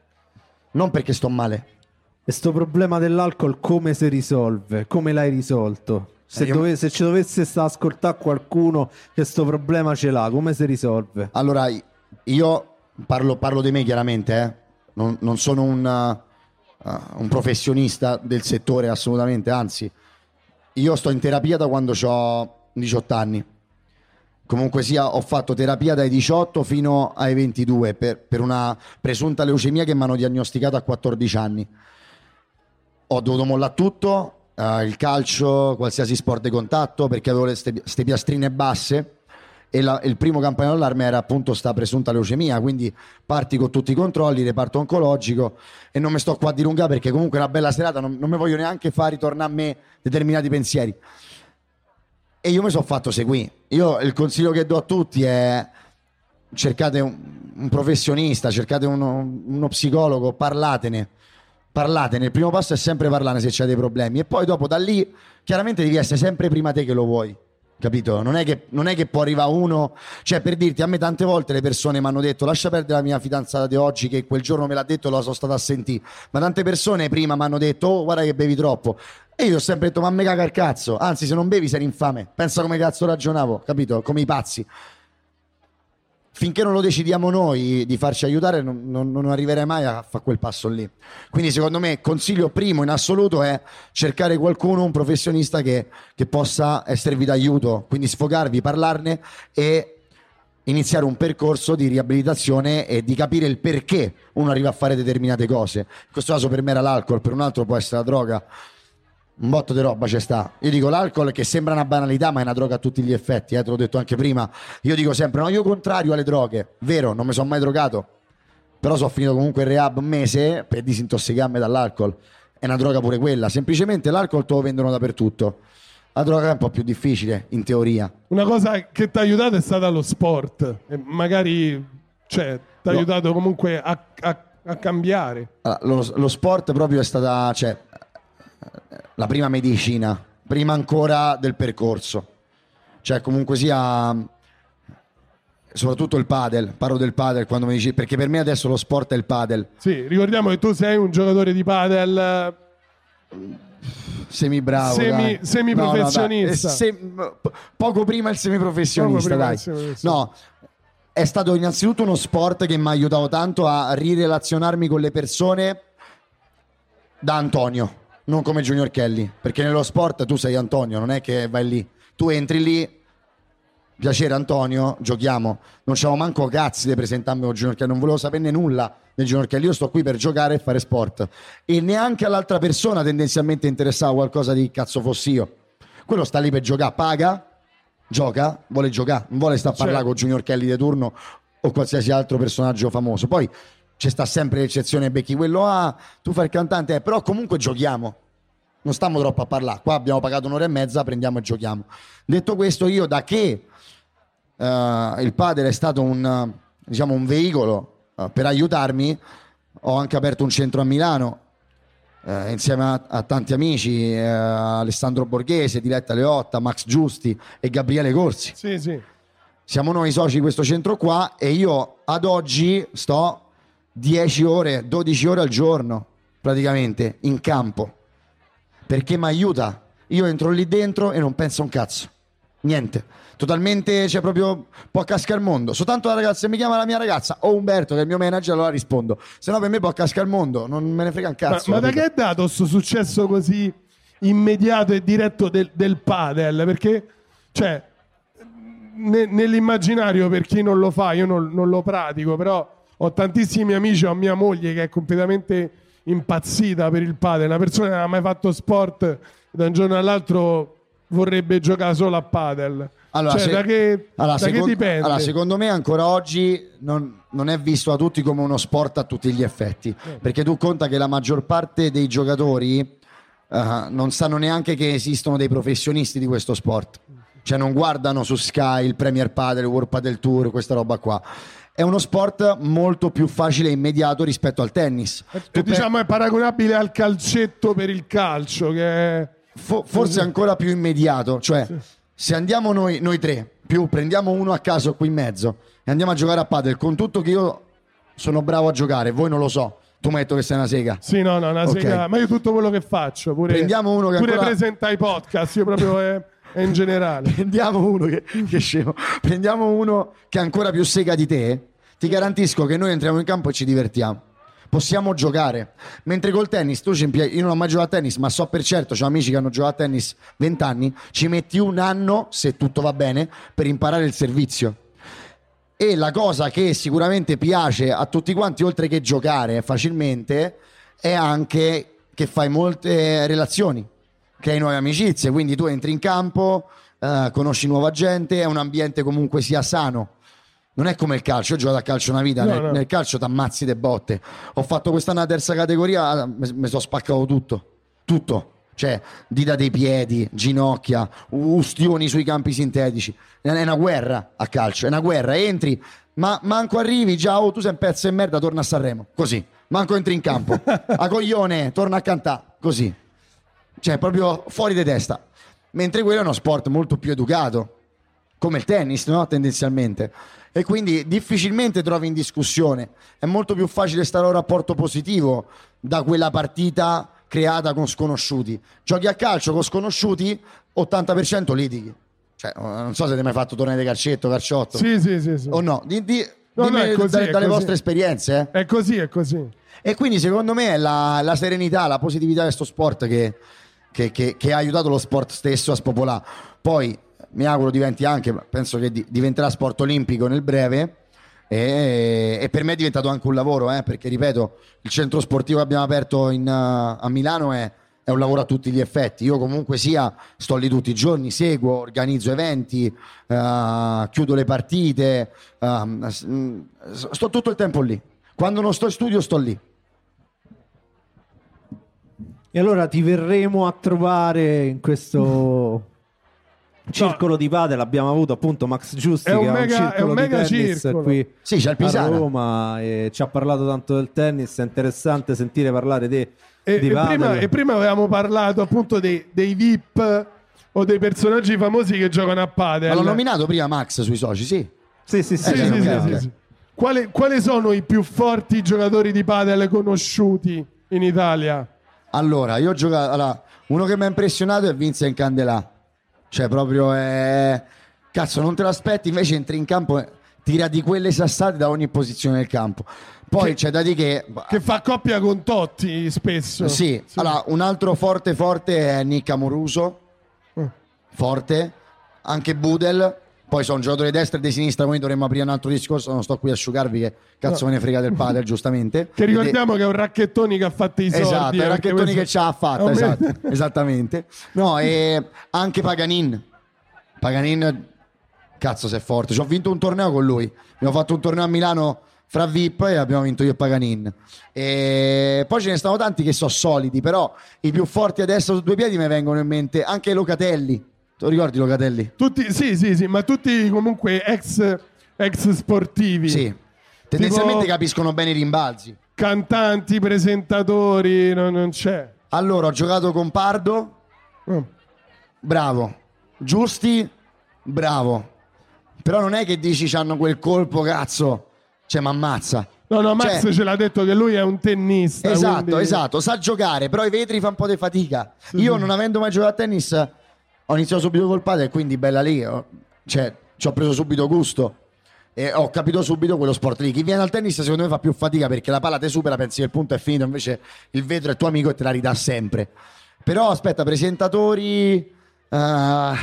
non perché sto male. E sto problema dell'alcol come si risolve? Come l'hai risolto? Se, Eh, io- dove- se ci dovesse sta ascoltare qualcuno che sto problema ce l'ha, come si risolve? Allora, io parlo, parlo di me chiaramente, eh. non, non sono un, uh, un professionista del settore assolutamente, anzi, io sto in terapia da quando ho diciotto anni. Comunque sia, ho fatto terapia dai diciotto fino ai ventidue per, per una presunta leucemia che mi hanno diagnosticato a quattordici anni. Ho dovuto mollare tutto, eh, il calcio, qualsiasi sport di contatto, perché avevo queste piastrine basse e la- il primo campanello d'allarme era appunto sta presunta leucemia, quindi parti con tutti i controlli, reparto oncologico e non mi sto qua a dilungare perché comunque è una bella serata, non, non mi voglio neanche far ritornare a me determinati pensieri. E io mi sono fatto seguire. Io il consiglio che do a tutti è cercate un, un professionista, cercate uno, uno psicologo, parlatene. Parlatene, il primo passo è sempre parlarne se c'è dei problemi e poi dopo da lì chiaramente devi essere sempre prima te che lo vuoi, capito? Non è che, non è che può arrivare uno, cioè per dirti, a me tante volte le persone mi hanno detto lascia perdere la mia fidanzata di oggi che quel giorno me l'ha detto e la sono stata a sentire, ma tante persone prima mi hanno detto oh guarda che bevi troppo e io ho sempre detto ma me caga il cazzo, anzi se non bevi sei infame, pensa come cazzo ragionavo, capito? Come i pazzi. Finché non lo decidiamo noi di farci aiutare non, non, non arriverai mai a fare quel passo lì. Quindi secondo me consiglio primo in assoluto è cercare qualcuno, un professionista che, che possa esservi d'aiuto, quindi sfogarvi, parlarne e iniziare un percorso di riabilitazione e di capire il perché uno arriva a fare determinate cose. In questo caso per me era l'alcol, per un altro può essere la droga. Un botto di roba ci sta. Io dico l'alcol che sembra una banalità ma è una droga a tutti gli effetti, eh, te l'ho detto anche prima. Io dico sempre no, io contrario alle droghe, vero, non mi sono mai drogato, però sono finito comunque in rehab un mese per disintossicarmi dall'alcol. È una droga pure quella, semplicemente l'alcol te lo vendono dappertutto, la droga è un po' più difficile in teoria. Una cosa che ti ha aiutato è stata lo sport, e magari cioè, ti ha No. aiutato comunque a, a- a cambiare. Allora, lo, lo sport proprio è stata, cioè, la prima medicina, prima ancora del percorso. Cioè, comunque sia, soprattutto il padel, parlo del padel quando mi dici, perché per me adesso lo sport è il padel. Sì, ricordiamo che tu sei un giocatore di padel Semi bravo, Semi- dai. semiprofessionista. No, no, dai. Eh, sem- poco prima il semiprofessionista, Poco prima dai. il semiprofessionista. No, è stato innanzitutto uno sport che mi ha aiutato tanto a rirelazionarmi con le persone da Antonio, non come Junior Kelly, perché nello sport tu sei Antonio, non è che vai lì, tu entri lì, piacere Antonio, giochiamo, non c'avevo manco cazzi di presentarmi con Junior Kelly, non volevo saperne nulla del Junior Kelly, io sto qui per giocare e fare sport, e neanche all'altra persona tendenzialmente interessava qualcosa di cazzo fossi io. Quello sta lì per giocare, paga, gioca, vuole giocare, non vuole stare a parlare con Junior Kelly di turno o qualsiasi altro personaggio famoso. Poi c'è sta sempre l'eccezione, becchi quello, ah, tu fai il cantante, eh, però comunque giochiamo, non stiamo troppo a parlare, qua abbiamo pagato un'ora e mezza, prendiamo e giochiamo. Detto questo, io da che uh, il padel è stato un, diciamo, un veicolo uh, per aiutarmi, ho anche aperto un centro a Milano, Uh, insieme a, a tanti amici, uh, Alessandro Borghese, Diletta Leotta, Max Giusti e Gabriele Corsi. Sì, sì. Siamo noi soci di questo centro qua e io ad oggi sto dieci ore, dodici ore al giorno praticamente in campo, perché mi aiuta. Io entro lì dentro e non penso un cazzo, niente, totalmente, cioè proprio può cascare il mondo. Soltanto la ragazza, se mi chiama la mia ragazza o Umberto che è il mio manager, allora rispondo, se no per me può cascare il mondo, non me ne frega un cazzo. Ma, ma da che è dato questo successo così immediato e diretto del, del padel? Perché cioè ne, nell'immaginario, per chi non lo fa, io non, non lo pratico, però ho tantissimi amici, ho mia moglie che è completamente impazzita per il padel, una persona che non ha mai fatto sport, da un giorno all'altro vorrebbe giocare solo a padel. Allora, cioè, se, da che, allora, da secondo, che dipende? Allora, secondo me ancora oggi non, non è visto da tutti come uno sport a tutti gli effetti, eh. perché tu conta che la maggior parte dei giocatori uh, non sanno neanche che esistono dei professionisti di questo sport, cioè non guardano su Sky il Premier Padel, World Padel Tour, questa roba qua. È uno sport molto più facile e immediato rispetto al tennis. E, diciamo è paragonabile al calcetto per il calcio, che è... Fo- forse ancora più immediato, cioè sì. Se andiamo noi, noi tre, più prendiamo uno a caso qui in mezzo e andiamo a giocare a padel, con tutto che io sono bravo a giocare, voi non lo so, tu mi hai detto che sei una sega. Sì, no, no, una okay. sega, ma io tutto quello che faccio, pure, prendiamo uno che pure ancora... presenta i podcast, io proprio è, è in generale. Prendiamo uno che, che scemo, prendiamo uno che è ancora più sega di te, ti garantisco che noi entriamo in campo e ci divertiamo. Possiamo giocare, mentre col tennis tu ci impieghi, io non ho mai giocato a tennis ma so per certo, ho amici che hanno giocato a tennis venti anni, ci metti un anno se tutto va bene per imparare il servizio. E la cosa che sicuramente piace a tutti quanti, oltre che giocare facilmente, è anche che fai molte relazioni, crei nuove amicizie, quindi tu entri in campo, eh, conosci nuova gente, è un ambiente comunque sia sano. Non è come il calcio, io ho giocato a calcio una vita, no, nel, no. nel calcio t'ammazzi de botte. Ho fatto quest'anno la terza categoria, mi sono spaccato tutto, tutto. Cioè, dita dei piedi, ginocchia, ustioni sui campi sintetici. È una guerra a calcio, è una guerra. Entri, ma manco arrivi, già, oh, tu sei un pezzo di merda, torna a Sanremo, così. Manco entri in campo, a coglione, torna a cantare, così. Cioè, proprio fuori di testa. Mentre quello è uno sport molto più educato, come il tennis, no? Tendenzialmente. E quindi difficilmente trovi in discussione. È molto più facile stare a un rapporto positivo da quella partita creata con sconosciuti. Giochi a calcio con sconosciuti, ottanta per cento litighi. Cioè, non so se ti hai mai fatto tornei di calcetto, calciotto. Sì, sì, sì, sì. O no? Di, di, no, no, così, da, dalle così. vostre esperienze. Eh? È così, è così. E quindi secondo me è la, la serenità, la positività di questo sport che, che, che, che ha aiutato lo sport stesso a spopolare. Poi mi auguro diventi anche, penso che di, diventerà sport olimpico nel breve e, e per me è diventato anche un lavoro, eh, perché ripeto, il centro sportivo che abbiamo aperto in, uh, a Milano è, è un lavoro a tutti gli effetti. Io comunque sia sto lì tutti i giorni, seguo, organizzo eventi, uh, chiudo le partite, uh, sto tutto il tempo lì. Quando non sto in studio sto lì. E allora ti verremo a trovare in questo circolo no. di padel. Abbiamo avuto appunto Max Giusti, è che un mega, ha un circolo è un mega di tennis circolo. qui sì, c'è il Pisana a Roma e ci ha parlato tanto del tennis. È interessante sentire parlare di, e, di e padel. Prima, e prima avevamo parlato appunto dei, dei V I P o dei personaggi famosi che giocano a padel. Ma l'ho nominato prima Max sui soci, sì. Sì, sì, sì. Eh, sì, sì, sì, sì, sì, sì. Quali, quali sono i più forti giocatori di padel conosciuti in Italia? Allora, io ho giocato. Allora, uno che mi ha impressionato è Vincent Candelà. Cioè, proprio è. Cazzo, non te lo aspetti, invece entri in campo. tira di quelle sassate da ogni posizione del campo. Poi che, c'è da dire che... Che fa coppia con Totti spesso. Sì, sì. Allora, un altro forte forte è Nick Amoruso. Mm. Forte. Anche Budel. Poi sono giocatori di destra e di sinistra, quindi dovremmo aprire un altro discorso. Non sto qui a asciugarvi, che cazzo no. me ne frega del padel, giustamente. Che ricordiamo e... che è un racchettoni che ha fatto i soldi. Esatto, è un racchettoni questo... che ci ha fatto, esatto, esattamente. No, e anche Paganin. Paganin, cazzo se è forte. Ci ho vinto un torneo con lui. Abbiamo fatto un torneo a Milano fra V I P e abbiamo vinto io e Paganin. E poi ce ne stanno tanti che sono solidi, però i più forti adesso su due piedi mi vengono in mente anche Locatelli. Tu ricordi Locatelli? Tutti, sì, sì, sì, ma tutti comunque ex, ex sportivi. Sì, tendenzialmente tipo capiscono bene i rimbalzi. Cantanti, presentatori, no, non c'è. Allora, ho giocato con Pardo, oh. bravo. Giusti, bravo. Però non è che dici c'hanno quel colpo, cazzo, cioè m'ammazza. No, no, Max cioè, ce l'ha detto che lui è un tennista. Esatto, quindi... esatto, sa giocare, però i vetri fa un po' di fatica. Sì, Io sì. non avendo mai giocato a tennis... Ho iniziato subito col padel, quindi bella lì, cioè ci ho preso subito gusto e ho capito subito quello sport lì. Chi viene al tennis secondo me fa più fatica perché la palla te supera, pensi che il punto è finito, invece il vetro è tuo amico e te la ridà sempre. Però aspetta, presentatori, uh,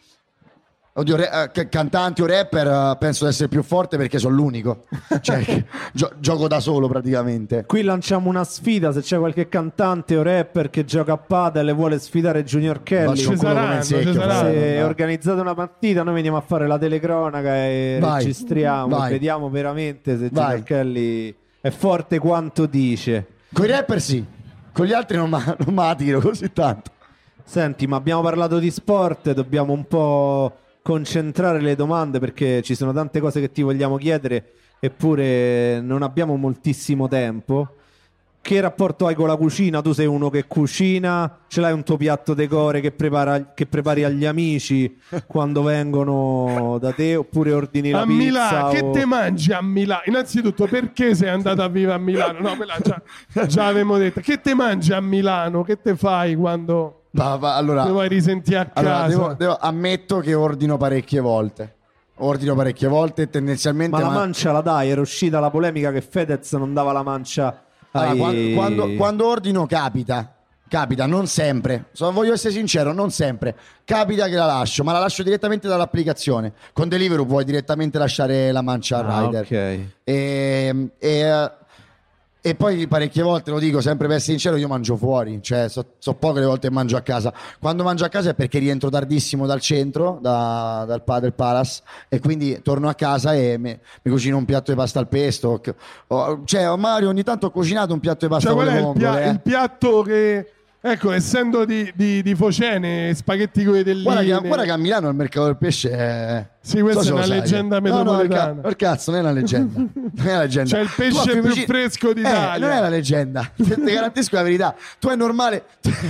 oddio, re, uh, cantanti o rapper, uh, penso di essere più forte perché sono l'unico, cioè gio- gioco da solo praticamente. Qui lanciamo una sfida, se c'è qualche cantante o rapper che gioca a padel e vuole sfidare Junior Kelly, ci saranno, ci saranno. Se organizzate una partita noi veniamo a fare la telecronaca e vai, registriamo, vai. Vediamo veramente se vai. Junior Kelly è forte quanto dice. Con i rapper sì, con gli altri non me la tiro così tanto. Senti, ma abbiamo parlato di sport, dobbiamo un po' concentrare le domande perché ci sono tante cose che ti vogliamo chiedere eppure non abbiamo moltissimo tempo. Che rapporto hai con la cucina? Tu sei uno che cucina, ce l'hai un tuo piatto decore che, prepara, che prepari agli amici quando vengono da te oppure ordini la a pizza? Milano, o... che te mangi a Milano? Innanzitutto perché sei andato a vivere a Milano? No, quella già, già avevamo detto. Che te mangi a Milano? Che te fai quando... Va, va, allora, te vuoi risentire a casa? Allora, devo, devo, ammetto che ordino parecchie volte. Ordino parecchie volte e tendenzialmente. Ma la ma... mancia la dai? Era uscita la polemica che Fedez non dava la mancia. Allora, ai... quando, quando, quando ordino capita. Capita, non sempre. So, voglio essere sincero, non sempre. Capita che la lascio, ma la lascio direttamente dall'applicazione. Con Deliveroo puoi direttamente lasciare la mancia al ah, rider. Ok. E. e E poi parecchie volte, lo dico sempre per essere sincero, io mangio fuori, cioè so, so poche le volte che mangio a casa. Quando mangio a casa è perché rientro tardissimo dal centro, da, dal Padel Palace, e quindi torno a casa e mi, mi cucino un piatto di pasta al pesto. O, cioè, Mario, ogni tanto ho cucinato un piatto di pasta cioè, con qual le è vongole. Il, pia- eh. il piatto che... Ecco, essendo di, di, di Focene, spaghetti con i delline... Guarda che, guarda che a Milano il mercato del pesce è... Sì, questa so è una sai, leggenda eh. metropolitana. No, no, per cazzo, non è una leggenda. Non è una leggenda. C'è il pesce più vicino... fresco d'Italia. Eh, non è una leggenda. Ti garantisco la verità. Tu è normale...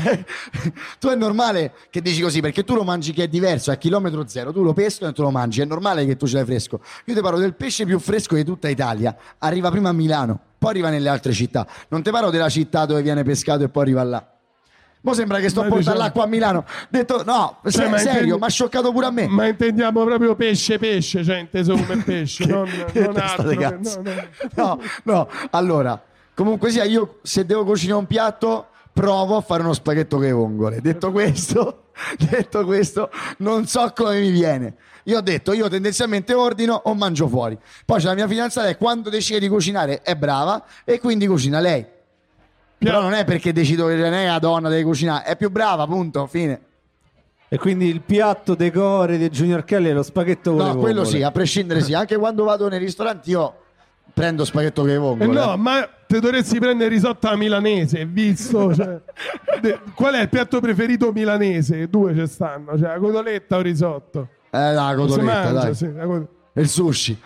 tu è normale che dici così, perché tu lo mangi che è diverso, a chilometro zero. Tu lo pesco e tu lo mangi. È normale che tu ce l'hai fresco. Io ti parlo del pesce più fresco di tutta Italia. Arriva prima a Milano, poi arriva nelle altre città. Non ti parlo della città dove viene pescato e poi arriva là. Mo sembra che sto ma portando diciamo... l'acqua a Milano. Detto no, cioè, se, ma serio, intendi... mi ha scioccato pure a me. Ma intendiamo proprio pesce, pesce, cioè inteso come pesce, che... non, non altro. No, no. no, no. Allora, comunque sia, io se devo cucinare un piatto, provo a fare uno spaghetto che vongole. Detto questo, detto questo, non so come mi viene. Io ho detto, io tendenzialmente ordino o mangio fuori. Poi c'è la mia fidanzata e quando decide di cucinare è brava e quindi cucina lei. Però non è perché decido che non è la donna deve cucinare, è più brava, punto, fine. E quindi il piatto decore di Junior Kelly è lo spaghetto con no, le vongole. No, quello sì, a prescindere sì. Anche quando vado nei ristoranti io prendo spaghetto con le vongole. Eh no, ma te dovresti prendere risotto alla milanese, visto? Cioè, de, qual è il piatto preferito milanese? Due ci stanno, cioè la cotoletta o risotto? Eh, la cotoletta, mangia, dai. Sì, la cot- e il sushi.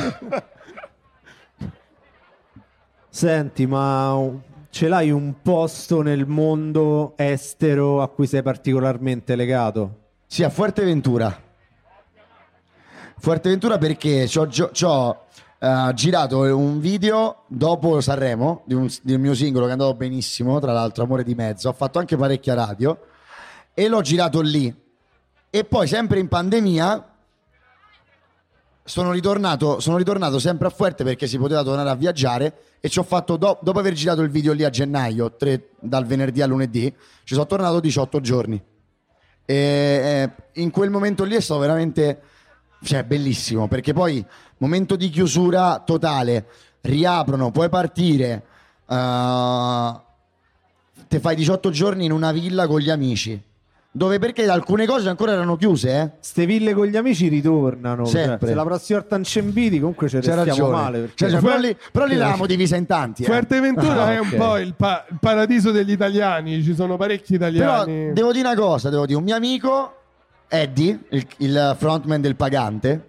Senti, ma... ce l'hai un posto nel mondo estero a cui sei particolarmente legato? Sì, a Fuerteventura. Fuerteventura perché ci ho, ci ho uh, girato un video dopo Sanremo di un, di un mio singolo che è andato benissimo, tra l'altro Amore di mezzo. Ho fatto anche parecchia radio e l'ho girato lì. E poi sempre in pandemia sono ritornato, sono ritornato sempre a Fuerte perché si poteva tornare a viaggiare e ci ho fatto, do- dopo aver girato il video lì a gennaio, tre, dal venerdì al lunedì, ci sono tornato diciotto giorni. E eh, in quel momento lì è stato veramente, cioè, bellissimo, perché poi momento di chiusura totale, riaprono, puoi partire, uh, te fai diciotto giorni in una villa con gli amici. Dove perché alcune cose ancora erano chiuse, eh? Ste ville con gli amici ritornano. Cioè, se la prossima volta in Cembiti comunque ci restiamo ragione. male. Perché... Cioè, cioè, però lì, però lì l'avevamo divisa in tanti. Eh. Fuerteventura ah, è okay. un po' il, pa- il paradiso degli italiani, ci sono parecchi italiani. Però devo dire una cosa, devo dire, un mio amico, Eddie, il, il frontman del Pagante,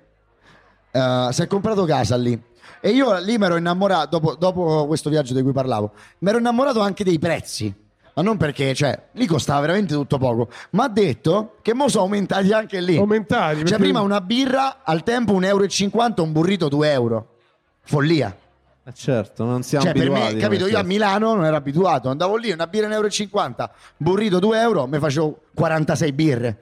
uh, si è comprato casa lì. E io lì mi ero innamorato, dopo, dopo questo viaggio di cui parlavo, mi ero innamorato anche dei prezzi. Ma non perché, cioè, lì costava veramente tutto poco. Ma ha detto che mo sono aumentati anche lì. Aumentati. Cioè, perché... prima una birra al tempo un euro e cinquanta, un burrito due euro. Follia. Eh certo, non siamo cioè, abituati. Per me, capito, io a Milano non ero abituato. Andavo lì, una birra un euro e cinquanta, burrito due euro, mi facevo quarantasei birre.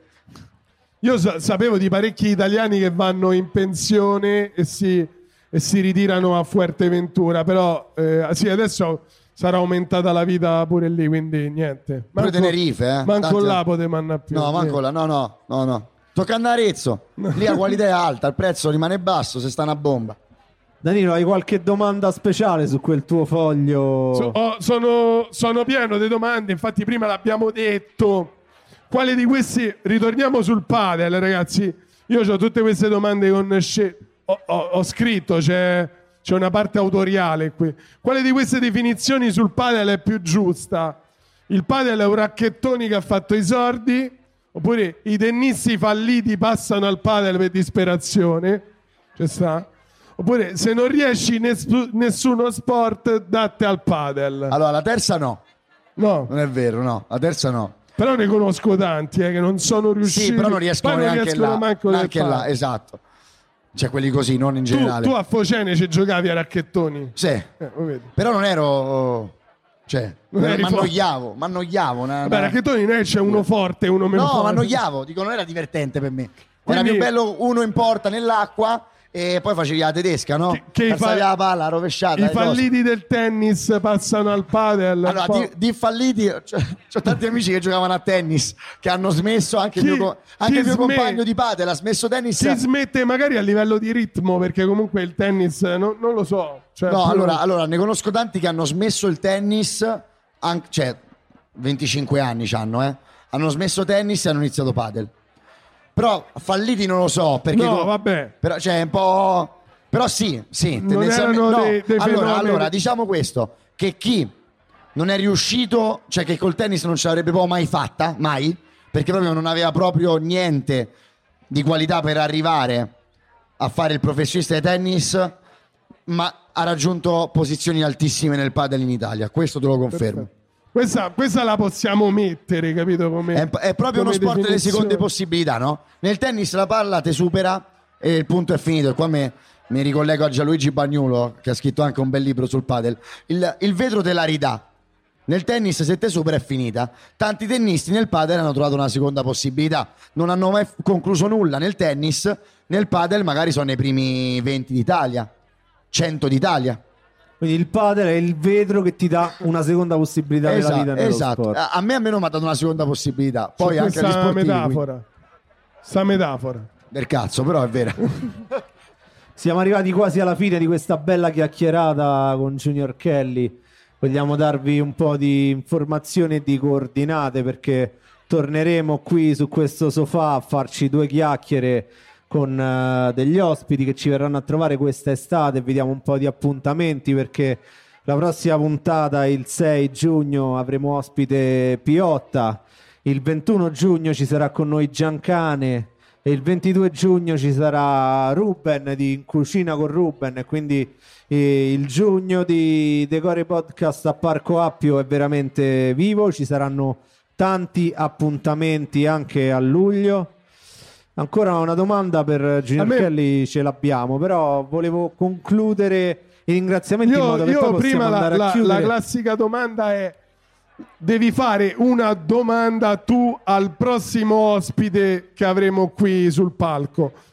Io sa- sapevo di parecchi italiani che vanno in pensione e si, e si ritirano a Fuerteventura. Però, eh, sì, adesso... sarà aumentata la vita pure lì, quindi niente. Pure Tenerife, eh? Manco Tanti... là poteva andare più. No, manco là, no, no, no, no. Tocca andare a Arezzo. Lì la qualità è alta, il prezzo rimane basso, se sta una bomba. Danilo, hai qualche domanda speciale su quel tuo foglio? So, oh, sono, sono pieno di domande, infatti prima l'abbiamo detto. Quale di questi... Ritorniamo sul padel, ragazzi. Io ho tutte queste domande con... Sce... Ho, ho, ho scritto, c'è... C'è una parte autoriale qui. Quale di queste definizioni sul padel è più giusta? Il padel è un racchettone che ha fatto i sordi? Oppure i tennisti falliti passano al padel per disperazione? C'è sta? Oppure se non riesci ness- nessuno sport, datte al padel? Allora, la terza no. No. Non è vero, no. La terza no. Però ne conosco tanti eh, che non sono riusciti. Sì, però non riescono Poi non neanche riescono là. manco Neanche nel là, padel. esatto. Cioè quelli così, non in generale. Tu, tu a Focene ci giocavi a racchettoni? Sì. Eh, lo vedi. Però non ero... Cioè, Non eri mi annoiavo, mi annoiavo. Una, Vabbè, una... racchettoni non è c'è uno forte e uno meno No, forte. mi annoiavo, dico, non era divertente per me. Quindi- Era più bello uno in porta nell'acqua e poi facevi la tedesca, no? Che- che i Alzavi fa- la palla, rovesciata. I le cose. falliti del tennis passano al padel. Allora, un po'. di, di falliti, cioè, c'ho tanti amici che giocavano a tennis, che hanno smesso, anche Chi- il mio, co- anche chi il mio sme- compagno di padel ha smesso tennis. Si smette magari a livello di ritmo, perché comunque il tennis non, non lo so. Cioè, No, più- allora, allora, ne conosco tanti che hanno smesso il tennis, an- cioè venticinque anni c'hanno, eh. Hanno smesso tennis e hanno iniziato padel. Però falliti non lo so, perché No, co- vabbè. però cioè un po'. Però sì, sì, Non tendenzialmente- erano no. dei- dei allora, fenomeni. allora, diciamo questo, che chi non è riuscito, cioè che col tennis non ce l'avrebbe proprio mai fatta, mai, perché proprio non aveva proprio niente di qualità per arrivare a fare il professionista di tennis, ma ha raggiunto posizioni altissime nel padel in Italia, questo te lo confermo. Questa, questa la possiamo mettere, capito? Come, È, è proprio uno come sport delle definizione. seconde possibilità, no? Nel tennis la palla ti supera e il punto è finito. E qua me- mi ricollego a Gianluigi Bagnulo, che ha scritto anche un bel libro sul padel. Il, il vetro te la ridà. Nel tennis se te supera è finita. Tanti tennisti nel padel hanno trovato una seconda possibilità. Non hanno mai f- concluso nulla nel tennis. Nel padel magari sono nei primi venti d'Italia, cento d'Italia. Quindi il padel è il vetro che ti dà una seconda possibilità nella vita e nello esatto. sport. A, a me almeno mi ha dato una seconda possibilità. Poi C'è anche agli questa sportivi. metafora. Sta metafora. Del cazzo, però è vera. Siamo arrivati quasi alla fine di questa bella chiacchierata con Junior Kelly. Vogliamo darvi un po' di informazioni e di coordinate, perché torneremo qui su questo sofà a farci due chiacchiere con uh, degli ospiti che ci verranno a trovare questa estate. Vi diamo un po' di appuntamenti, perché la prossima puntata, il sei giugno, avremo ospite Piotta, il ventuno giugno ci sarà con noi Giancane e il ventidue giugno ci sarà Ruben di In Cucina con Ruben. E quindi eh, il giugno di Decore Podcast a Parco Appio è veramente vivo, ci saranno tanti appuntamenti anche a luglio. Ancora una domanda per Junior me... Kelly ce l'abbiamo, però volevo concludere i ringraziamenti in Io, modo che io poi possiamo prima la, andare a la, chiudere. la classica domanda è: devi fare una domanda tu al prossimo ospite che avremo qui sul palco.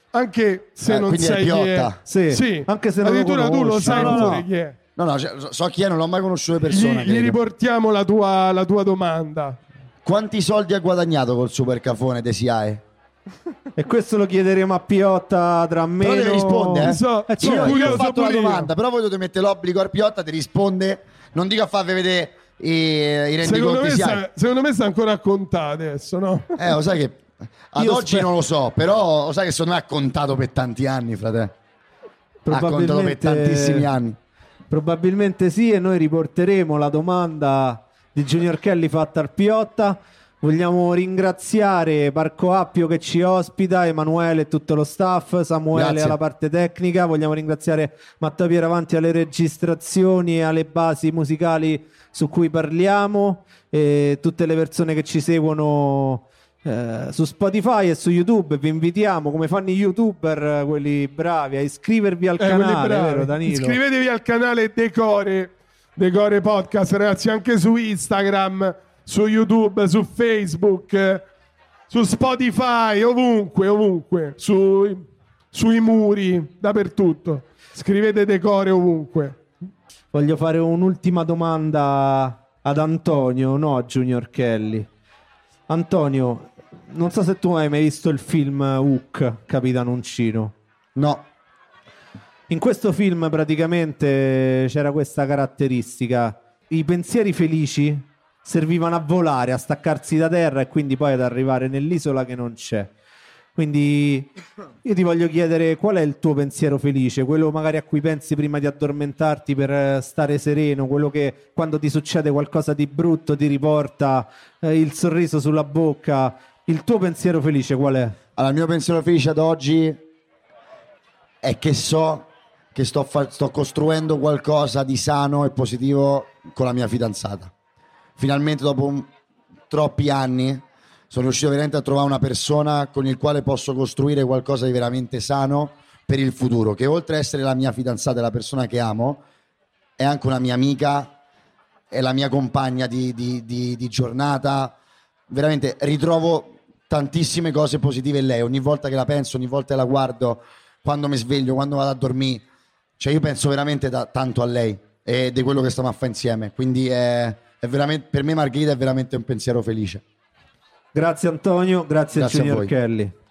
anche se Eh, non quindi è sai chi è. Piotta. Sì, Sì, anche se non lo addirittura tu lo conosci. sai No, no, pure no. chi è. No, no, cioè, so- so chi è, non l'ho mai conosciuto di Gli, persona. gli credo. riportiamo la tua, la tua domanda. Quanti soldi ha guadagnato col super cafone De Siae? E questo lo chiederemo a Piotta tra meno. Però deve rispondere, eh? So- Eh, sono Io, certo. io ho curioso fatto la pure io. domanda, però voi dovete mettere l'obbligo al Piotta di risponde. Non dico a farvi vedere i, i Secondo rendiconti me, Siae. sta, secondo me sta ancora a contare adesso, no? Eh, lo sai che ad Io oggi sper- non lo so, però lo sai che secondo me ha contato per tanti anni, frate. Ha contato per Probabilmente- tantissimi anni. Probabilmente sì, e noi riporteremo la domanda di Junior Kelly fatta al Piotta. Vogliamo ringraziare Parco Appio che ci ospita, Emanuele e tutto lo staff, Samuele Grazie. alla parte tecnica. Vogliamo ringraziare Matteo Pieravanti alle registrazioni e alle basi musicali su cui parliamo, e tutte le persone che ci seguono eh, su Spotify e su YouTube. Vi invitiamo, come fanno gli youtuber, quelli bravi, a iscrivervi al Eh, quelli canale, bravi. vero Danilo? Iscrivetevi al canale Decore, Decore Podcast, ragazzi, anche su Instagram, su YouTube, su Facebook, eh, su Spotify, ovunque, ovunque, su- sui muri, dappertutto. Scrivete Decore ovunque. Voglio fare un'ultima domanda ad Antonio, no a Junior Kelly. Antonio, non so se tu hai mai visto il film Hook, Capitano Uncino. No, In questo film praticamente c'era questa caratteristica: i pensieri felici servivano a volare, a staccarsi da terra e quindi poi ad arrivare nell'isola che non c'è. Quindi io ti voglio chiedere, qual è il tuo pensiero felice? Quello magari a cui pensi prima di addormentarti per eh, stare sereno, quello che quando ti succede qualcosa di brutto ti riporta eh, il sorriso sulla bocca. Il tuo pensiero felice qual è? allora il mio pensiero felice ad oggi è che so che sto, fa- sto costruendo qualcosa di sano e positivo con la mia fidanzata. Finalmente dopo un- troppi anni sono riuscito veramente a trovare una persona con il quale posso costruire qualcosa di veramente sano per il futuro, che oltre a essere la mia fidanzata e la persona che amo, è anche una mia amica, è la mia compagna di, di- di- di giornata. Veramente ritrovo tantissime cose positive in lei, ogni volta che la penso, ogni volta che la guardo, quando mi sveglio, quando vado a dormire, cioè io penso veramente da- tanto a lei e di quello che stiamo a fare insieme, quindi è, è veramente, per me Margherita è veramente un pensiero felice. Grazie Antonio, grazie, Grazie a Junior voi. Kelly.